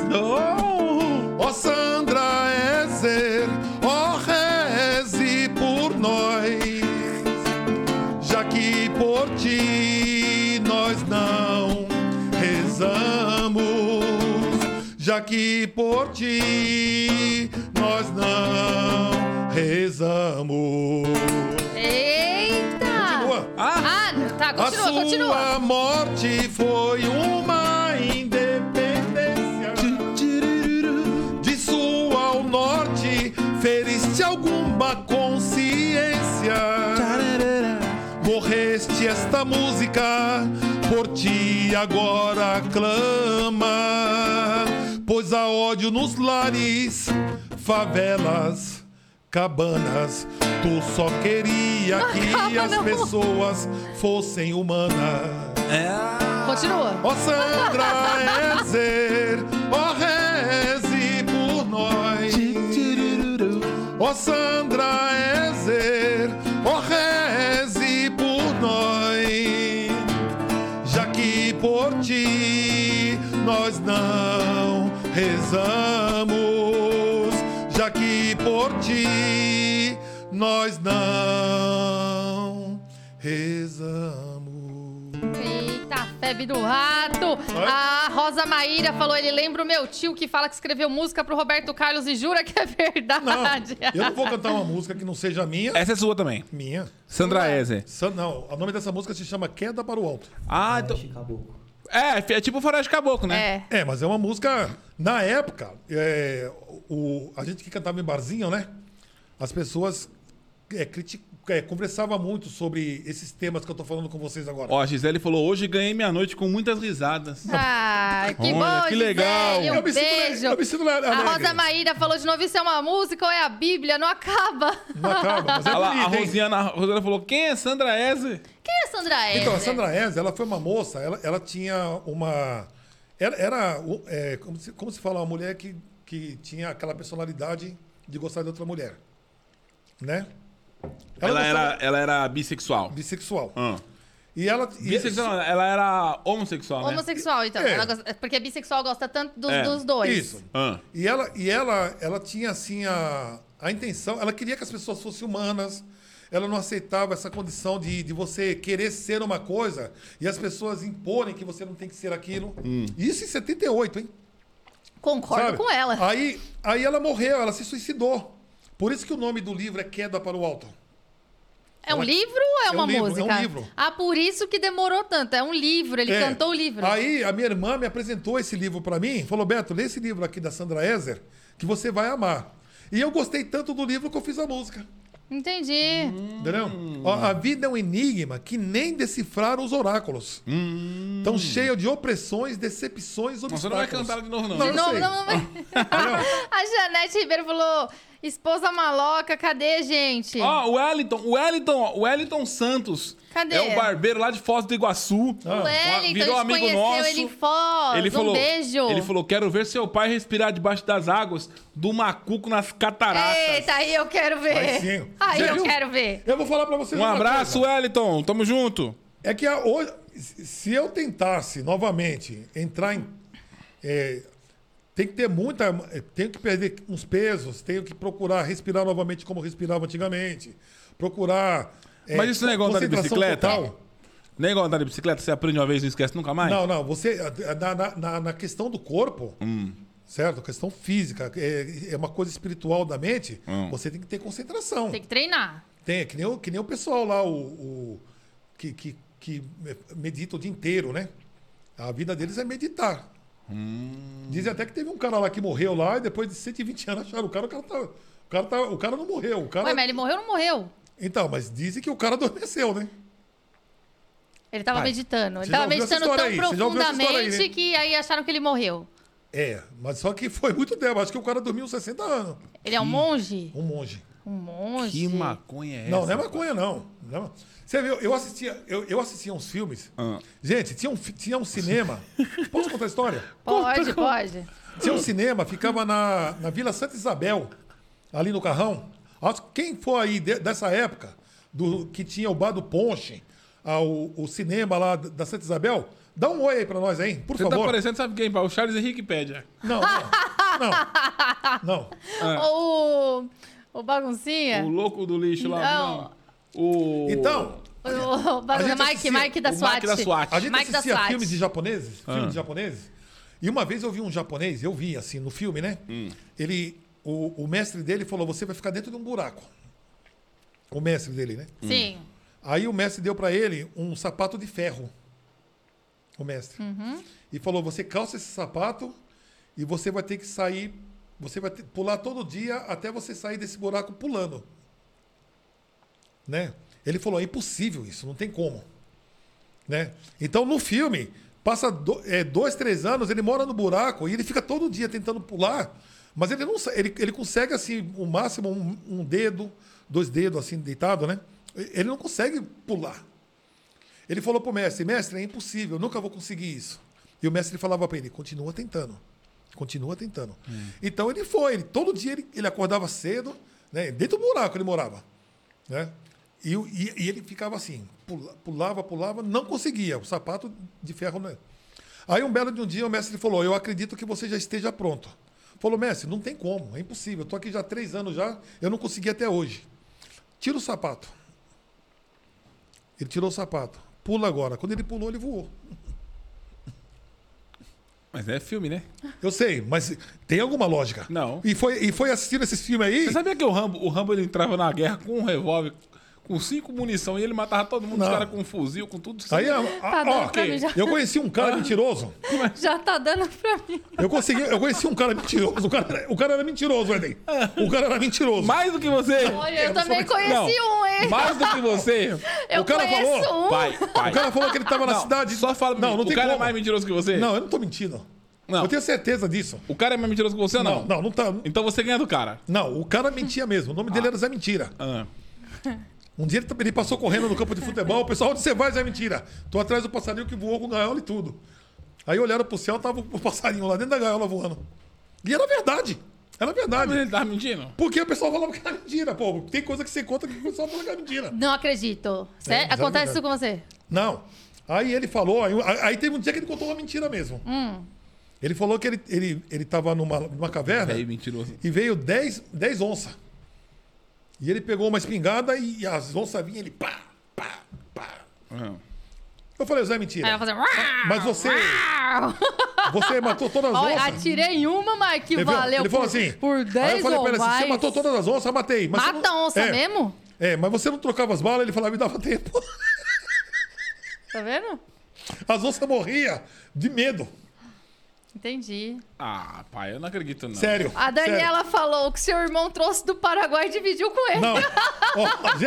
Ó Sandra Ezer, ó reze por nós. Já que por ti nós não rezamos, já que por ti nós não rezamos.
Eita!
Continua.
Tá,
A
continua,
sua
continua.
morte foi uma independência. De sul ao norte, feriste alguma consciência. Morreste, esta música por ti agora clama. Pois há ódio nos lares, favelas, cabanas. Tu só queria que
calma,
as
não.
pessoas fossem humanas.
Continua.
Ó Sandra Ezer, ó reze por nós. Ó Sandra Ezer, ó reze por nós. Já que por ti nós não rezamos, já que por ti nós não rezamos.
Eita, febre do rato. A Rosa Maíra falou, ele lembra o meu tio que fala que escreveu música pro Roberto Carlos e jura que é
Não,
verdade.
eu não vou cantar uma música que não seja minha.
Essa é sua também.
Minha.
Sandra Ezer.
Não, o nome dessa música se chama Queda para o Alto.
Ah, então...
Oeste Caboclo.
É tipo Floresta Caboclo, né?
É.
É, mas é uma música... Na época, a gente que cantava em barzinho, né? As pessoas conversavam muito sobre esses temas que eu tô falando com vocês agora.
Ó, a Gisele falou, hoje ganhei minha noite com muitas risadas.
Ah, que
Olha,
bom,
que legal.
Gisele, um
Eu me sinto-
beijo.
eu me sinto alegre.
A Rosa Maíra falou de novo, isso é uma música ou é a Bíblia? Não acaba.
Não acaba, mas é
Olha lá,
bonito, hein?
a Rosiana falou, quem é Sandra Ezer?
Quem é a Sandra Ezer?
Então, a Sandra Ezer, ela foi uma moça, ela tinha uma... como se fala, uma mulher que tinha aquela personalidade de gostar de outra mulher. Né?
Ela era bissexual.
Bissexual.
Ah.
E ela...
Bissexual, não, ela era homossexual, né?
Homossexual, então.
É.
Ela gosta- porque bissexual gosta tanto
É.
dos dois.
Isso.
Ah.
E ela tinha, assim, a intenção... Ela queria que as pessoas fossem humanas. Ela não aceitava essa condição de você querer ser uma coisa e as pessoas imporem que você não tem que ser aquilo. Isso em 78, hein?
Concordo
Sabe?
com ela.
Aí ela morreu, ela se suicidou. Por isso que o nome do livro é Queda para o Alto.
É um livro ou é
É um
uma
livro,
música?
é um livro.
Ah, por isso que demorou tanto. É um livro, ele
É.
cantou o livro.
Aí a minha irmã me apresentou esse livro para mim, falou, Beto, lê esse livro aqui da Sandra Ezer, que você vai amar. E eu gostei tanto do livro que eu fiz a música.
Entendi.
Entendeu? Ó, a vida é um enigma que nem decifraram os oráculos. Tão cheio de opressões, decepções, obstáculos.
Você não vai cantar de novo, não.
Não,
De
eu
novo,
sei.
não. A Janete Ribeiro falou, esposa maloca, cadê, gente?
Ó, o Wellington Santos.
Cadê?
É o barbeiro lá de Foz do Iguaçu.
O Wellington,
Virou
a gente
amigo
conheceu
nosso.
ele em Foz.
Ele falou,
um beijo.
Ele falou, quero ver seu pai respirar debaixo das águas do macuco nas cataratas.
Eita, aí eu quero ver.
Vai sim.
Aí
Você
eu
viu?
quero ver.
Eu vou falar para vocês
Um
uma
abraço,
coisa.
Wellington. Tamo junto.
É que hoje, se eu tentasse novamente entrar em... tem que ter muita... Tenho que perder uns pesos, tenho que procurar respirar novamente como respirava antigamente. Procurar...
Mas isso não é igual andar de
concentração
bicicleta?
total.
Nem igual andar de bicicleta, você aprende uma vez e não esquece nunca mais?
Não, você... Na questão do corpo, certo? A questão física, é uma coisa espiritual da mente, você tem que ter concentração.
Tem que treinar.
Tem, que nem o pessoal lá, que medita o dia inteiro, né? A vida deles é meditar. Dizem até que teve um cara lá que morreu lá e depois de 120 anos acharam o cara não morreu. O cara...
Ué, mas ele morreu ou não morreu?
Então, mas dizem que o cara adormeceu, né?
Ele tava meditando. Ele
Você
tava
já ouviu essa
meditando
história
tão
aí? Você já ouviu essa história aí,
profundamente
né?
que aí acharam que ele morreu.
Mas só que foi muito tempo. Acho que o cara dormiu 60 anos.
Ele é um monge?
Um monge.
Um monge?
Que maconha é essa?
Não é maconha, não. Você viu, eu assistia uns filmes. Gente, tinha um cinema. Posso contar a história?
Pode.
Tinha um cinema, ficava na Vila Santa Isabel, ali no Carrão. Quem for aí dessa época, que tinha o Bar do Ponche, o cinema lá da Santa Isabel, dá um oi aí pra nós aí, por
Você
favor.
tá parecendo, sabe quem? O Charles Henrique Pédia.
Não.
O baguncinha?
O louco do lixo lá.
Não.
Então,
O Mike da
O
SWAT.
Mike da SWAT.
a gente
Mike da
assistia
SWAT.
filmes de japoneses, e uma vez eu vi um japonês, eu vi assim no filme, né? O mestre dele falou, você vai ficar dentro de um buraco. O mestre dele, né?
Sim.
Aí o mestre deu pra ele um sapato de ferro. O mestre. E falou, você calça esse sapato e você vai ter que sair, você vai pular todo dia até você sair desse buraco pulando. Né? Ele falou, é impossível isso, não tem como. Né? Então, no filme, passa 2, 3 anos, ele mora no buraco e ele fica todo dia tentando pular, mas ele não ele consegue, assim, o máximo um dedo, 2 dedos, assim, deitado, né? Ele não consegue pular. Ele falou pro mestre, é impossível, eu nunca vou conseguir isso. E o mestre falava para ele, continua tentando. Então, todo dia ele acordava cedo, né? Dentro do buraco ele morava, né? E ele ficava assim, pulava, não conseguia, o sapato de ferro, né? Aí um belo de um dia o mestre falou, eu acredito que você já esteja pronto. Falou, mestre, não tem como, é impossível, eu tô aqui já há 3 anos já, eu não consegui até hoje. Tira o sapato. Ele tirou o sapato. Pula agora. Quando ele pulou, ele voou.
Mas é filme, né?
Eu sei, mas tem alguma lógica.
Não.
E foi assistindo esses filmes aí...
Você sabia que o Rambo ele entrava na guerra com um revólver, com 5 munição, e ele matava todo mundo, os
Não.
caras com um fuzil, com tudo.
Aí,
Tá dando pra mim já.
eu conheci um cara mentiroso.
Já tá dando pra mim.
Eu conheci um cara mentiroso. O cara era mentiroso, Eden. O cara era mentiroso.
Mais do que você.
Olha, eu também conheci um, hein?
Mais do que você.
Eu
o cara
conheço
falou-
um.
Pai.
O cara falou que ele tava na
Não,
cidade...
Só fala
Não, não
o
tem
cara
como.
é mais mentiroso que você?
Não, eu não tô mentindo.
Não.
Eu tenho certeza disso.
O cara é mais mentiroso que você ou não?
Não tá...
Então você ganha do cara.
Não, o cara mentia mesmo. O nome dele era Zé Mentira.
Ah.
Um dia ele passou correndo no campo de futebol, o pessoal, onde você vai, Zé Mentira? Tô atrás do passarinho que voou com gaiola e tudo. Aí olharam pro céu, tava o passarinho lá dentro da gaiola voando. E era verdade. Era verdade.
Mas ele tava mentindo?
Porque o pessoal falava que era mentira, pô. Tem coisa que você conta que o pessoal fala que é mentira.
Não acredito. Sério?
mas é
Acontece
verdade.
isso com você?
Não. Aí ele falou, aí teve um dia que ele contou uma mentira mesmo. Ele falou que ele tava numa caverna
Velho mentiroso.
e veio 10 onças. E ele pegou uma espingarda e as onças vinham, ele pá.
Ah.
Eu falei, Zé
Aí
Mentira,
ela fazer.
mas você matou todas as
Olha,
onças?
atirei em uma, mas que
Ele falou-
valeu
ele falou assim,
por
aí
10
eu falei
ou
pra ele assim,
mais.
você matou todas as onças, eu matei. Mas você
Mata
não-
onça mesmo?
Mas você não trocava as balas, ele falava, me dava tempo.
Tá vendo?
As onças morriam de medo.
Entendi.
Ah, pai, eu não acredito, não.
Sério.
A Daniela falou que seu irmão trouxe do Paraguai e dividiu com ele.
Não. Ó,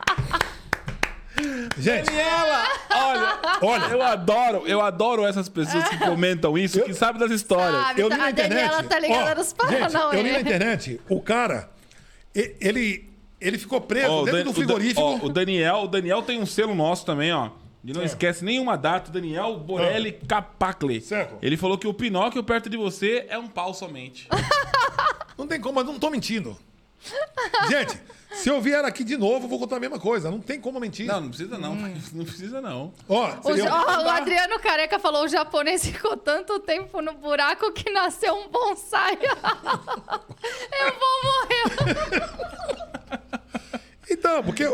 gente,
Daniela! Olha, eu adoro essas pessoas que comentam isso, que sabem das histórias.
Sabe,
eu li na
a
internet.
Daniela tá ligada nos
gente, eu li na
Paranauê.
internet, o cara, ele ficou preso
Ó,
dentro do frigorífico.
O Daniel tem um selo nosso também, ó. Ele não esquece nenhuma data. Daniel Borelli Capacle.
Certo.
Ele falou que o Pinóquio perto de você é um pau somente.
Não tem como, mas não tô mentindo. Gente, se eu vier aqui de novo, eu vou contar a mesma coisa. Não tem como mentir.
Não precisa não. Não precisa não.
Ó,
O Adriano Careca falou: o japonês ficou tanto tempo no buraco que nasceu um bonsai. Eu vou morrer.
Então, porque...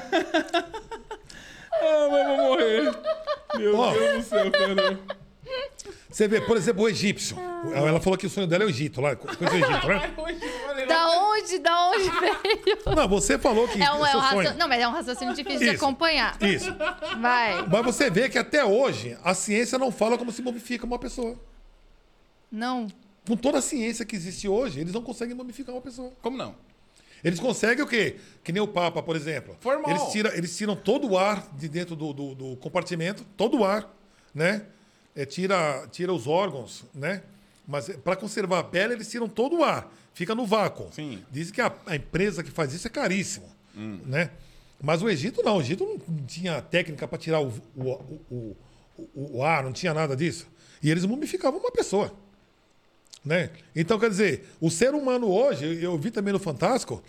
Ah, mas eu vou morrer. Meu
Ó.
Deus do céu, cara.
Você vê, por exemplo, o egípcio. Ela falou que o sonho dela é o Egito. Lá, conhece o Egito, né?
Da onde veio?
Não, você falou que
É um
seu sonho...
Não, mas é um raciocínio difícil de
Isso.
acompanhar.
Isso.
Vai.
Mas você vê que até hoje a ciência não fala como se mumifica uma pessoa.
Não.
Com toda a ciência que existe hoje, eles não conseguem mumificar uma pessoa.
Como não?
Eles conseguem o quê? Que nem o Papa, por exemplo.
Formal.
Eles tiram todo o ar de dentro do compartimento, todo o ar, né? Tira os órgãos, né? Mas para conservar a pele, eles tiram todo o ar. Fica no vácuo.
Sim.
Dizem que a empresa que faz isso é caríssimo, né? Mas o Egito não. O Egito não tinha técnica para tirar o ar, não tinha nada disso. E eles mumificavam uma pessoa. Né? Então, quer dizer, o ser humano hoje, eu vi também no Fantástico.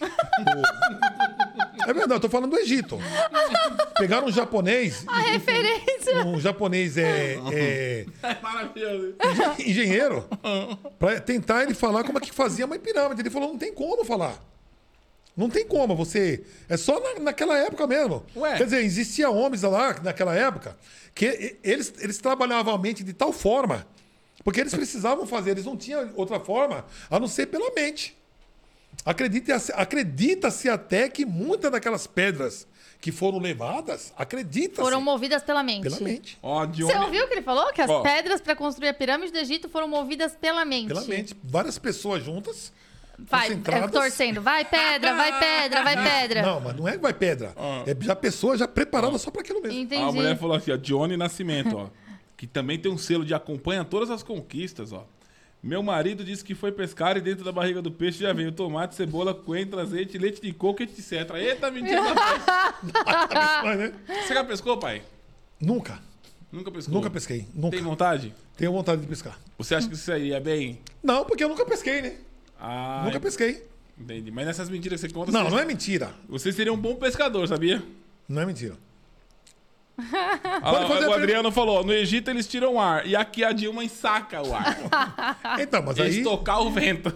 É verdade, eu tô falando do Egito. Pegaram um japonês.
A referência.
Um japonês
É maravilhoso.
engenheiro, para tentar ele falar como é que fazia uma pirâmide. Ele falou: não tem como falar. Não tem como, você. É só naquela época mesmo.
Ué.
Quer dizer, existia homens lá naquela época que eles trabalhavam a mente de tal forma. Porque eles precisavam fazer, eles não tinham outra forma a não ser pela mente. Acredita-se até que muitas daquelas pedras que foram levadas, acredita-se.
Foram movidas pela mente.
Pela mente.
Ó, Johnny...
Você ouviu o que ele falou? Que as
Ó.
pedras para construir a pirâmide do Egito foram movidas pela mente.
Pela mente. Várias pessoas juntas,
Vai,
concentradas.
torcendo. Vai pedra, vai pedra, vai pedra.
Não, mas não é que vai pedra. É já pessoa já preparada só para aquilo mesmo.
Entendi.
A mulher falou aqui, ó, Johnny Nascimento, ó. Que também tem um selo de acompanha todas as conquistas, ó. Meu marido disse que foi pescar e dentro da barriga do peixe já veio tomate, cebola, coentro, azeite, leite de coco, etc. Eita, mentira da pai.
Mas, né?
Você já pescou, pai?
Nunca.
Nunca pescou?
Nunca pesquei. Nunca.
Tem vontade?
Tenho vontade de pescar.
Você acha que isso aí é bem?
Não, porque eu nunca pesquei, né?
Ah,
Nunca pesquei.
entendi. Mas nessas mentiras que você conta,
Não,
você,
não é mentira.
você seria um bom pescador, sabia?
Não é mentira.
Ah, lá,
fazer
o
a
Adriano falou, no Egito eles tiram ar e aqui a Dilma ensaca o ar.
Então, mas
Eles
aí...
tocar o vento.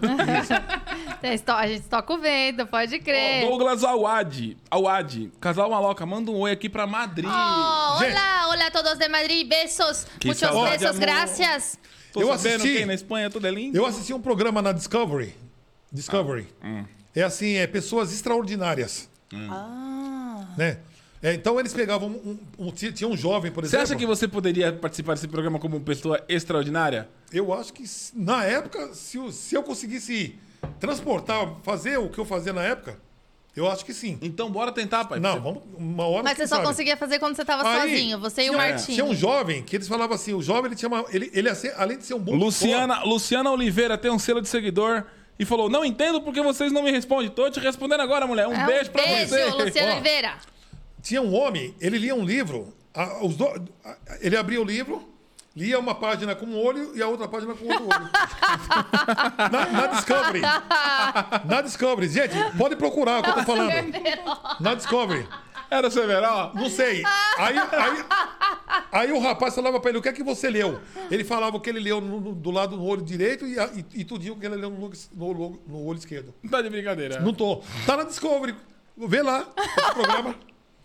A gente toca o vento, pode crer.
Douglas Awad, casal maloca, manda um oi aqui pra Madrid.
Oh,
Gente.
hola a todos de Madrid, besos,
Que
muchos
saudade,
besos,
amor.
gracias.
Tô
eu
sabendo
assisti-
quem na Espanha tudo é lindo.
Eu assisti um programa na Discovery. É assim, pessoas extraordinárias. Né? Então eles pegavam tinha um jovem, por
Você
exemplo.
acha que você poderia participar desse programa como uma pessoa extraordinária?
Eu acho que na época, se eu conseguisse transportar, fazer o que eu fazia na época, eu acho que sim.
Então bora tentar, pai.
Não, vamos uma hora.
Mas
quem
você só
sabe.
conseguia fazer quando você tava
Aí,
sozinho, você e o
tinha-
Martinho.
Tinha um jovem que eles falavam assim, o jovem ele tinha ele ia ser, além de ser um bom
Luciana Oliveira tem um selo de seguidor e falou, não entendo porque vocês não me respondem. Tô te respondendo agora, mulher. Um beijo pra você.
Luciano
Ó.
Oliveira.
Tinha um homem, ele lia um livro, ele abria o livro, lia uma página com um olho e a outra página com outro olho. na Discovery. Na Discovery. Gente, pode procurar o que eu tô falando. Na Discovery.
Era Severo?
Não sei. Aí o rapaz falava pra ele, o que é que você leu? Ele falava o que ele leu do lado do olho direito e tudinho o que ele leu no olho esquerdo.
Tá de brincadeira.
Não tô. Tá na Discovery. Vê lá esse programa.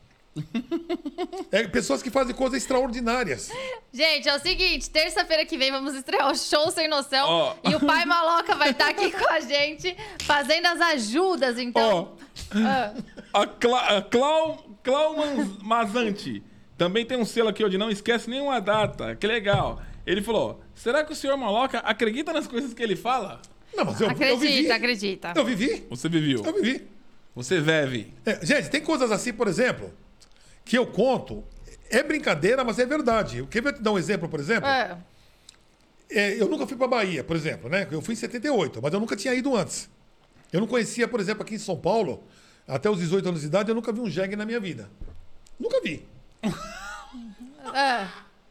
Pessoas que fazem coisas extraordinárias.
Gente, é o seguinte, terça-feira que vem vamos estrear o Show Sem Noção
Ó.
e o Pai Maloca vai estar aqui com a gente fazendo as ajudas, então.
Ó, a Clau Mazante também tem um selo aqui, onde não esquece nenhuma data. Que legal. Ele falou, será que o senhor Maloca acredita nas coisas que ele fala?
Não, mas eu
Acredita,
vivi.
acredita.
Eu vivi.
Você viveu.
Eu vivi.
Você vive.
Gente, tem coisas assim, por exemplo, que eu conto. É brincadeira, mas é verdade. Eu quero te dar um exemplo, por exemplo. Eu nunca fui pra Bahia, por exemplo, né? Eu fui em 78, mas eu nunca tinha ido antes. Eu não conhecia, por exemplo, aqui em São Paulo, até os 18 anos de idade, eu nunca vi um jegue na minha vida. Nunca vi.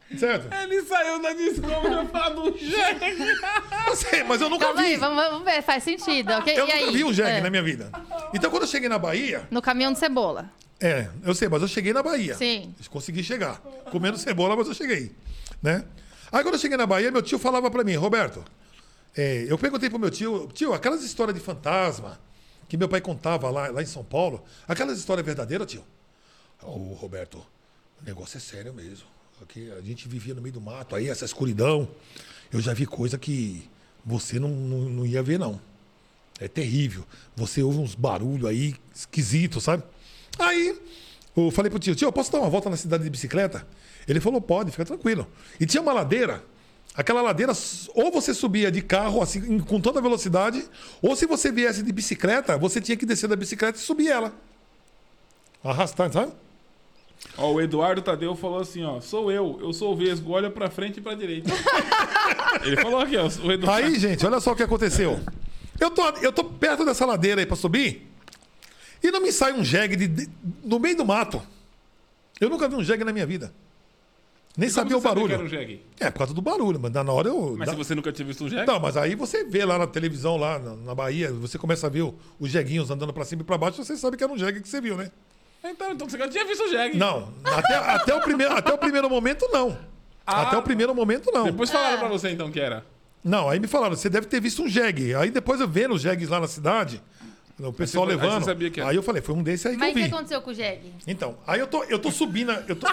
Certo?
Ele saiu da Discovery pra falar do jegue.
Eu sei, mas eu nunca
Calma
vi.
aí, vamos ver, faz sentido, ok?
Eu
E
nunca
aí?
vi um jegue na minha vida. Então, quando eu cheguei na Bahia...
No caminhão de cebola.
Eu sei, mas eu cheguei na Bahia.
Sim.
Consegui chegar. Comendo cebola, mas eu cheguei. Né? Aí, quando eu cheguei na Bahia, meu tio falava pra mim, Roberto, eu perguntei pro meu tio, aquelas histórias de fantasma que meu pai contava lá em São Paulo, aquelas histórias verdadeiras, tio? Ô, Roberto, o negócio é sério mesmo. Aqui, a gente vivia no meio do mato, aí essa escuridão, eu já vi coisa que você não ia ver, não. É terrível. Você ouve uns barulhos aí esquisitos, sabe? Aí, eu falei pro tio, eu posso dar uma volta na cidade de bicicleta? Ele falou, pode, fica tranquilo. E tinha uma ladeira, aquela ladeira, ou você subia de carro, assim, com toda a velocidade, ou se você viesse de bicicleta, você tinha que descer da bicicleta e subir ela. Arrastar, sabe?
Ó, o Eduardo Tadeu falou assim, ó, sou eu sou o Vesgo, olha pra frente e pra direita. Ele falou aqui, ó, o Eduardo.
Aí, gente, olha só o que aconteceu. Eu tô perto dessa ladeira aí pra subir, e não me sai um jegue no meio do mato. Eu nunca vi um jegue na minha vida. Nem sabia o barulho.
Que era um jegue?
Por causa do barulho, mas na hora eu...
Mas se você nunca tinha visto um jegue?
Não, mas aí você vê lá na televisão, lá na Bahia, você começa a ver os jeguinhos andando pra cima e pra baixo, você sabe que era um jegue que você viu, né?
Então você já tinha visto o jegue.
Não, até o primeiro momento, não. Até o primeiro momento, não.
Depois falaram pra você, então, que era.
Não, aí me falaram, você deve ter visto um jegue. Aí depois eu vendo os jegues lá na cidade, o pessoal
Aí
levando.
você sabia que era.
Aí eu falei, foi um desse aí
Mas o
que eu
que
vi.
aconteceu com o jegue?
Então, aí eu tô subindo,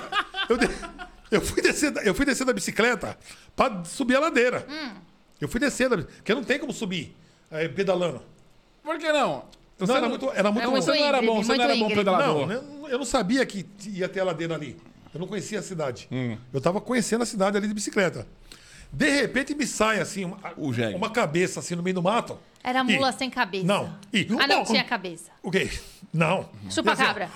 eu fui descer da bicicleta pra subir a ladeira. Eu fui descer, porque não tem como subir pedalando.
Por que não?
Não, era muito
Você não era bom, você não era bom
íngreme.
pedalador.
Não, eu não sabia que ia ter a ladeira ali. Eu não conhecia a cidade. Eu tava conhecendo a cidade ali de bicicleta. De repente me sai assim
O jegue.
uma cabeça assim no meio do mato.
Era mula sem cabeça.
Não.
Ah, não, tinha cabeça.
O quê? Não.
Chupa-cabra.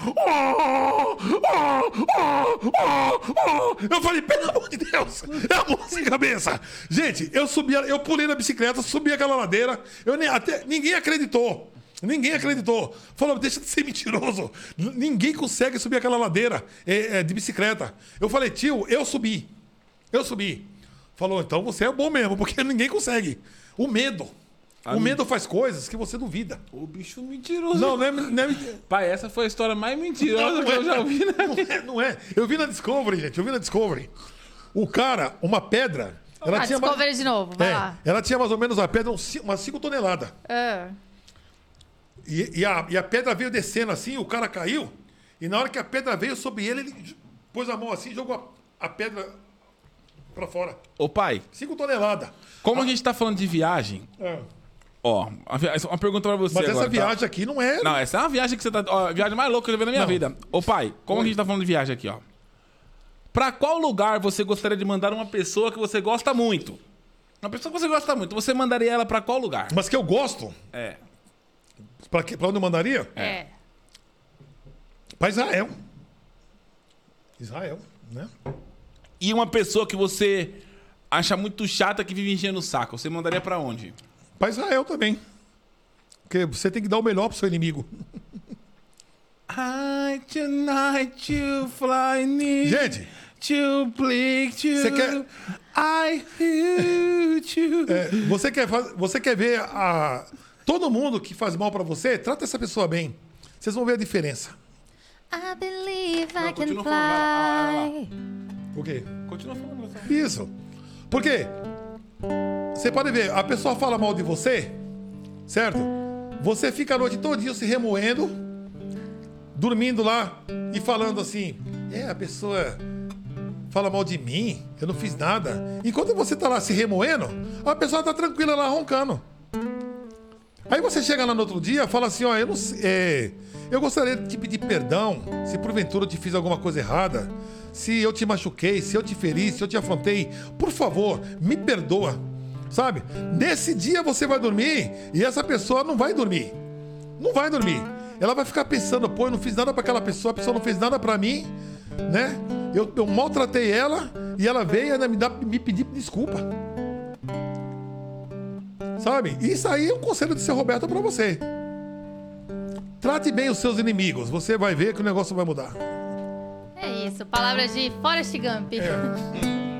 Eu falei, pelo amor de Deus, é a mula sem cabeça. Gente, eu pulei na bicicleta, subi aquela ladeira, ninguém acreditou. Ninguém acreditou. Falou, deixa de ser mentiroso. Ninguém consegue subir aquela ladeira de bicicleta. Eu falei, tio, eu subi. Falou, então você é bom mesmo, porque ninguém consegue. O medo. O medo faz coisas que você duvida.
O bicho mentiroso.
Não é
Pai, essa foi a história mais mentirosa que eu já ouvi, né?
Não é. Eu vi na Discovery, gente. O cara, uma pedra. Ela tinha
Discovery de novo, vai lá.
ela tinha mais ou menos a pedra, umas 5 toneladas. E a pedra veio descendo assim, o cara caiu. E na hora que a pedra veio sobre ele pôs a mão assim e jogou a pedra pra fora.
Ô, pai,
5 toneladas.
como a gente tá falando de viagem, ó, uma pergunta pra você
Mas
agora.
essa viagem aqui não é.
Não, essa é uma viagem que você tá... Ó, a viagem mais louca que eu já vi na minha vida. Ô, pai, como a gente tá falando de viagem aqui, ó. Pra qual lugar você gostaria de mandar uma pessoa que você gosta muito? Uma pessoa que você gosta muito. Você mandaria ela pra qual lugar?
Mas que eu gosto.
É.
Pra onde eu mandaria?
É.
Pra Israel. Né?
E uma pessoa que você acha muito chata que vive enchendo o saco, você mandaria pra onde?
Pra Israel também. Porque você tem que dar o melhor pro seu inimigo.
I tonight you fly me.
Gente,
To blink to
Você quer-
I feel you.
você quer ver todo mundo que faz mal pra você, trata essa pessoa bem. Vocês vão ver a diferença.
I believe I can
continua falando, vai lá.
fly.
O quê?
Continua falando.
Isso. Por quê? Você pode ver, a pessoa fala mal de você, certo? Você fica a noite todinha se remoendo, dormindo lá e falando assim, a pessoa fala mal de mim, eu não fiz nada. Enquanto você tá lá se remoendo, a pessoa tá tranquila lá roncando. Aí você chega lá no outro dia e fala assim, ó, eu gostaria de te pedir perdão se porventura eu te fiz alguma coisa errada, se eu te machuquei, se eu te feri, se eu te afrontei, por favor, me perdoa, sabe? Nesse dia você vai dormir e essa pessoa não vai dormir. Não vai dormir. Ela vai ficar pensando, pô, eu não fiz nada pra aquela pessoa, a pessoa não fez nada pra mim, né? Eu maltratei ela e ela veio ainda me pedir desculpa. Sabe? Isso aí é um conselho de seu Roberto pra você. Trate bem os seus inimigos. Você vai ver que o negócio vai mudar.
É isso, palavras de Forrest Gump.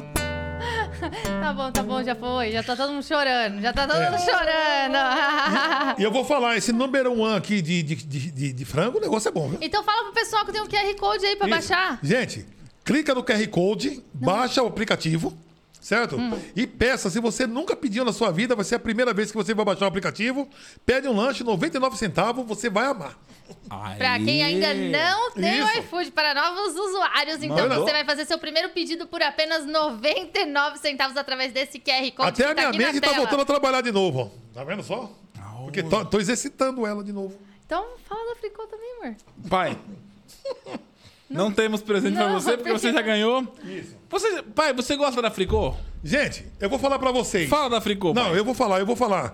Tá bom, já foi. Já tá todo mundo chorando. chorando.
E eu vou falar, esse número 1 aqui de frango, o negócio é bom, viu?
Então fala pro pessoal que tem um QR Code aí pra baixar.
Gente, clica no QR Code, baixa o aplicativo, certo? E peça, se você nunca pediu na sua vida, vai ser a primeira vez que você vai baixar o aplicativo, pede um lanche, 99 centavos, você vai amar.
Pra quem ainda não tem o
Isso.
iFood, para novos usuários, então
Mano.
você vai fazer seu primeiro pedido por apenas 99 centavos através desse QR Code.
Até
que
a minha
aqui na
mente tá
tela.
voltando a trabalhar de novo, ó. Tá vendo só? Porque tô exercitando ela de novo.
Então fala da Fricô também, amor.
Pai, não temos presente pra
Não,
você, porque você já ganhou.
Isso.
Pai, você gosta da Fricô?
Gente, eu vou falar pra vocês.
Fala da Fricô,
Não,
pai.
eu vou falar.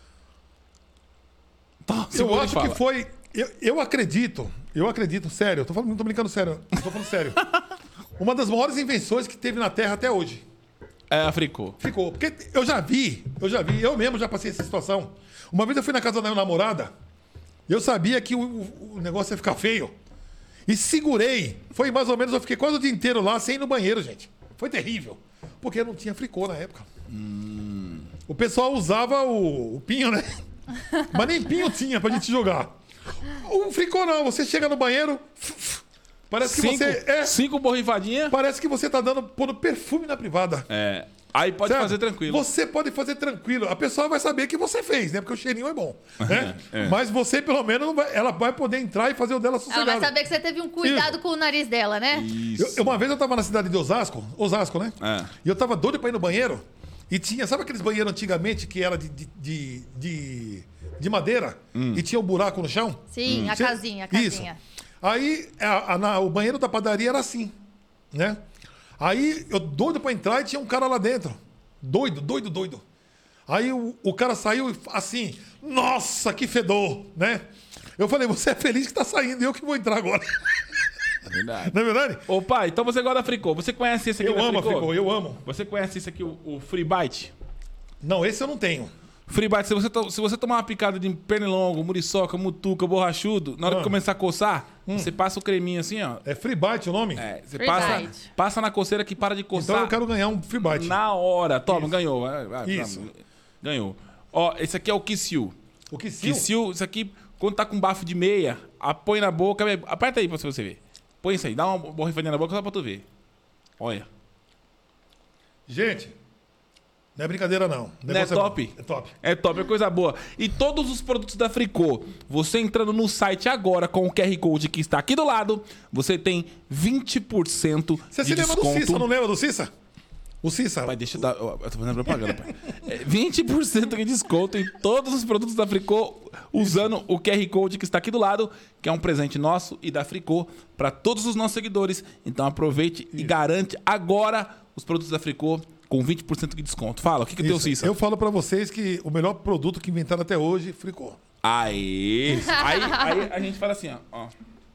Tá,
Eu
segura e
acho
fala.
que foi. Eu acredito, sério, eu tô falando, não tô brincando sério, eu tô falando sério. Uma das maiores invenções que teve na Terra até hoje.
É a Fricô.
Ficou. Porque eu mesmo já passei essa situação. Uma vez eu fui na casa da minha namorada, eu sabia que o negócio ia ficar feio. E segurei. Foi mais ou menos, eu fiquei quase o dia inteiro lá sem ir no banheiro, gente. Foi terrível. Porque não tinha Fricô na época. O pessoal usava o pinho, né? Mas nem pinho tinha pra gente jogar. O Fricô não, você chega no banheiro, parece que
Cinco borrifadinhas.
parece que você tá pondo perfume na privada.
É. Aí pode
Certo?
fazer tranquilo.
Você pode fazer tranquilo. A pessoa vai saber que você fez, né? Porque o cheirinho é bom. Né?
É.
Mas você, pelo menos, ela vai poder entrar e fazer o dela
Ela
sossegado.
vai saber que você teve um cuidado com o nariz dela, né?
Isso.
Uma vez eu tava na cidade de Osasco, né?
É.
E eu tava doido pra ir no banheiro. E tinha, sabe aqueles banheiros antigamente que era de madeira? E tinha um buraco no chão?
Sim, a
Tinha-
casinha.
Isso. Aí o banheiro da padaria era assim, né? Aí eu doido pra entrar e tinha um cara lá dentro. Doido. Aí o cara saiu assim, nossa, que fedor, né? Eu falei, você é feliz que tá saindo, eu que vou entrar agora.
É verdade.
Não é verdade?
Ô, pai, então você gosta da Fricô. Você conhece esse aqui
Eu
da
amo a Fricô, eu amo.
Você conhece esse aqui, o Free Bite?
Não, esse eu não tenho.
Free Bite, se você tomar uma picada de pernilongo, muriçoca, mutuca, borrachudo, na hora que começar a coçar, você passa o creminho assim, ó.
É Free Bite o nome?
É, você
Free
passa,
Bite.
passa na coceira que para de coçar.
Então eu quero ganhar um Free Bite.
Na hora. Toma, ganhou. Vai,
Isso.
vamos. Ganhou. Ó, esse aqui é o Kissiu.
O que sim?
Kissiu, isso aqui, quando tá com bafo de meia, põe na boca. Aperta aí pra você ver. Põe isso aí, dá uma borrifadinha na boca só pra tu ver. Olha.
Gente, não é brincadeira não. O
Não é
negócio
top?
bom. É top.
É top, é coisa boa. E todos os produtos da Fricô, você entrando no site agora com o QR Code que está aqui do lado, você tem 20%
Você
de
se lembra
desconto.
do Cissa, não lembra do Cissa? O Cissa.
Pai, deixa eu dar... Eu tô fazendo propaganda, pai. 20% de desconto em todos os produtos da Fricô usando o QR Code que está aqui do lado, que é um presente nosso e da Fricô para todos os nossos seguidores. Então aproveite e garante agora os produtos da Fricô com 20% de desconto. Fala, o que tem o
Isso.
Cissa?
Eu falo pra vocês que o melhor produto que inventaram até hoje, Fricô.
Aê! Aí a gente fala assim, ó.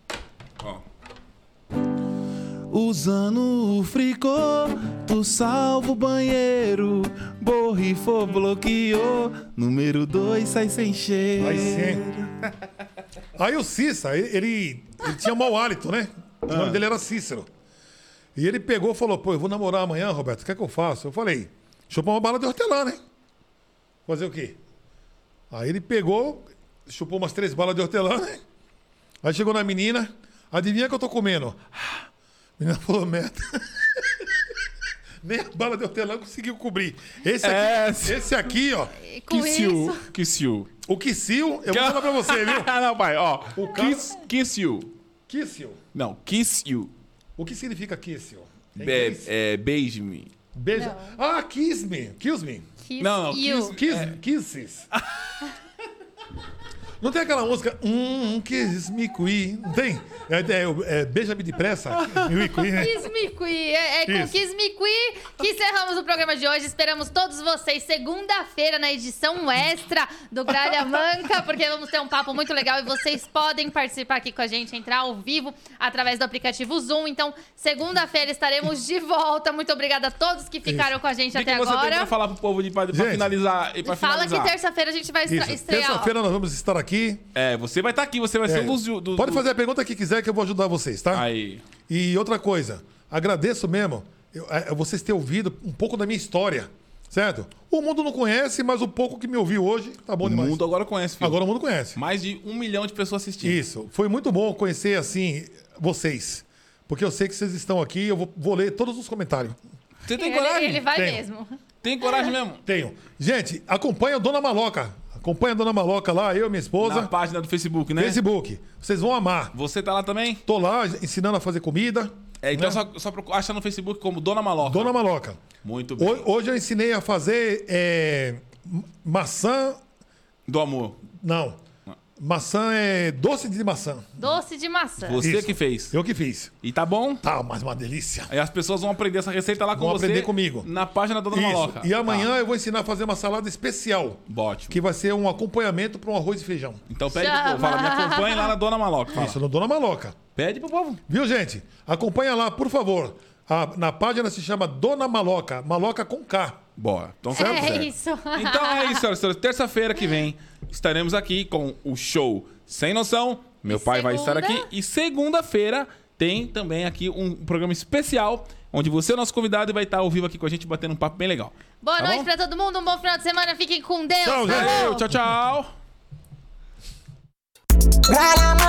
Usando o Fricô, tu salva o banheiro. Borrifou, bloqueou. Número 2 sai sem cheiro.
Aí sim. Aí o Cissa, ele tinha mau hálito, né? O nome dele era Cícero. E ele pegou e falou, pô, eu vou namorar amanhã, Roberto, o que é que eu faço? Eu falei, chupar uma bala de hortelã, né? Fazer o quê? Aí ele pegou, chupou umas 3 balas de hortelã, né? Aí chegou na menina, adivinha o que eu tô comendo? A menina falou, merda. Nem a bala de hortelã conseguiu cobrir. Esse aqui, ó,
Com isso,
Kissiu.
o Kissiu, eu vou falar pra você, viu?
Não, pai, ó.
O cara-
Kissiu.
Kissiu.
Não, Kissiu.
O que significa Kissiu?
Beije-me.
Beijo.
Não.
Ah, kiss me. Kiss me.
Kiss
Não,
you.
Kisses. Não tem aquela música Kiss me Queen? Não tem? Beija-me depressa.
Kiss Me Qui. É com
Isso.
Kiss Me Qui que encerramos o programa de hoje. Esperamos todos vocês segunda-feira na edição extra do Gralha Manca, porque vamos ter um papo muito legal e vocês podem participar aqui com a gente, entrar ao vivo através do aplicativo Zoom. Então, segunda-feira estaremos de volta. Muito obrigada a todos que ficaram com a gente
O que
até
você tem pra
agora.
falar pro povo pra
Gente,
finalizar? E pra
Fala
finalizar?
que terça-feira a gente vai
Isso.
estrear.
Terça-feira nós vamos estar aqui.
É, você vai estar aqui, você vai ser um dos...
Pode fazer a pergunta que quiser que eu vou ajudar vocês, tá?
Aí.
E outra coisa, agradeço mesmo vocês terem ouvido um pouco da minha história, Certo? O mundo não conhece, mas o pouco que me ouviu hoje tá bom
O
demais.
mundo agora conhece, filho.
Agora o mundo conhece.
Mais de 1 milhão de pessoas assistindo.
Isso. Foi muito bom conhecer, assim, vocês. Porque eu sei que vocês estão aqui, eu vou ler todos os comentários.
Você tem coragem?
Ele vai
Tenho.
mesmo.
Tem coragem mesmo?
Tenho. Gente, acompanha a Dona Maloca. Acompanha a Dona Maloca lá, eu e minha esposa.
Na página do Facebook, né?
Facebook. Vocês vão amar.
Você tá lá também?
Tô lá ensinando a fazer comida.
Então
né?
só acha no Facebook como Dona Maloca.
Dona Maloca.
Muito bem.
Hoje eu ensinei a fazer maçã.
Do amor.
Não. Maçã é doce de maçã.
Doce de maçã.
Você
Isso.
que fez.
Eu que fiz.
E tá bom?
Tá, mas uma delícia.
Aí as pessoas vão aprender essa receita lá com
Vão
você.
aprender comigo.
Na página da Dona
Isso.
Maloca.
E amanhã
Tá.
eu vou ensinar a fazer uma salada especial.
Ótimo.
Que vai ser um acompanhamento para um arroz e feijão.
Então pede
Chama.
pro povo. Fala, me acompanhe lá na Dona Maloca. Fala.
Isso, no Dona Maloca.
Pede pro povo.
Viu, gente? Acompanha lá, por favor. Na página se chama Dona Maloca. Maloca com K.
Bora. Então, certo?
É
certo.
isso.
Então é isso, senhoras e senhores. Terça-feira que vem estaremos aqui com o show Sem Noção. Meu pai vai estar
segunda?
aqui. E segunda-feira tem também aqui um programa especial, onde você é o nosso convidado e vai estar ao vivo aqui com a gente, batendo um papo bem legal.
Boa
Tá
noite
bom?
pra todo mundo, um bom final de semana. Fiquem com Deus.
Tchau, gente.
Falou.
Valeu, tchau, tchau.
Grama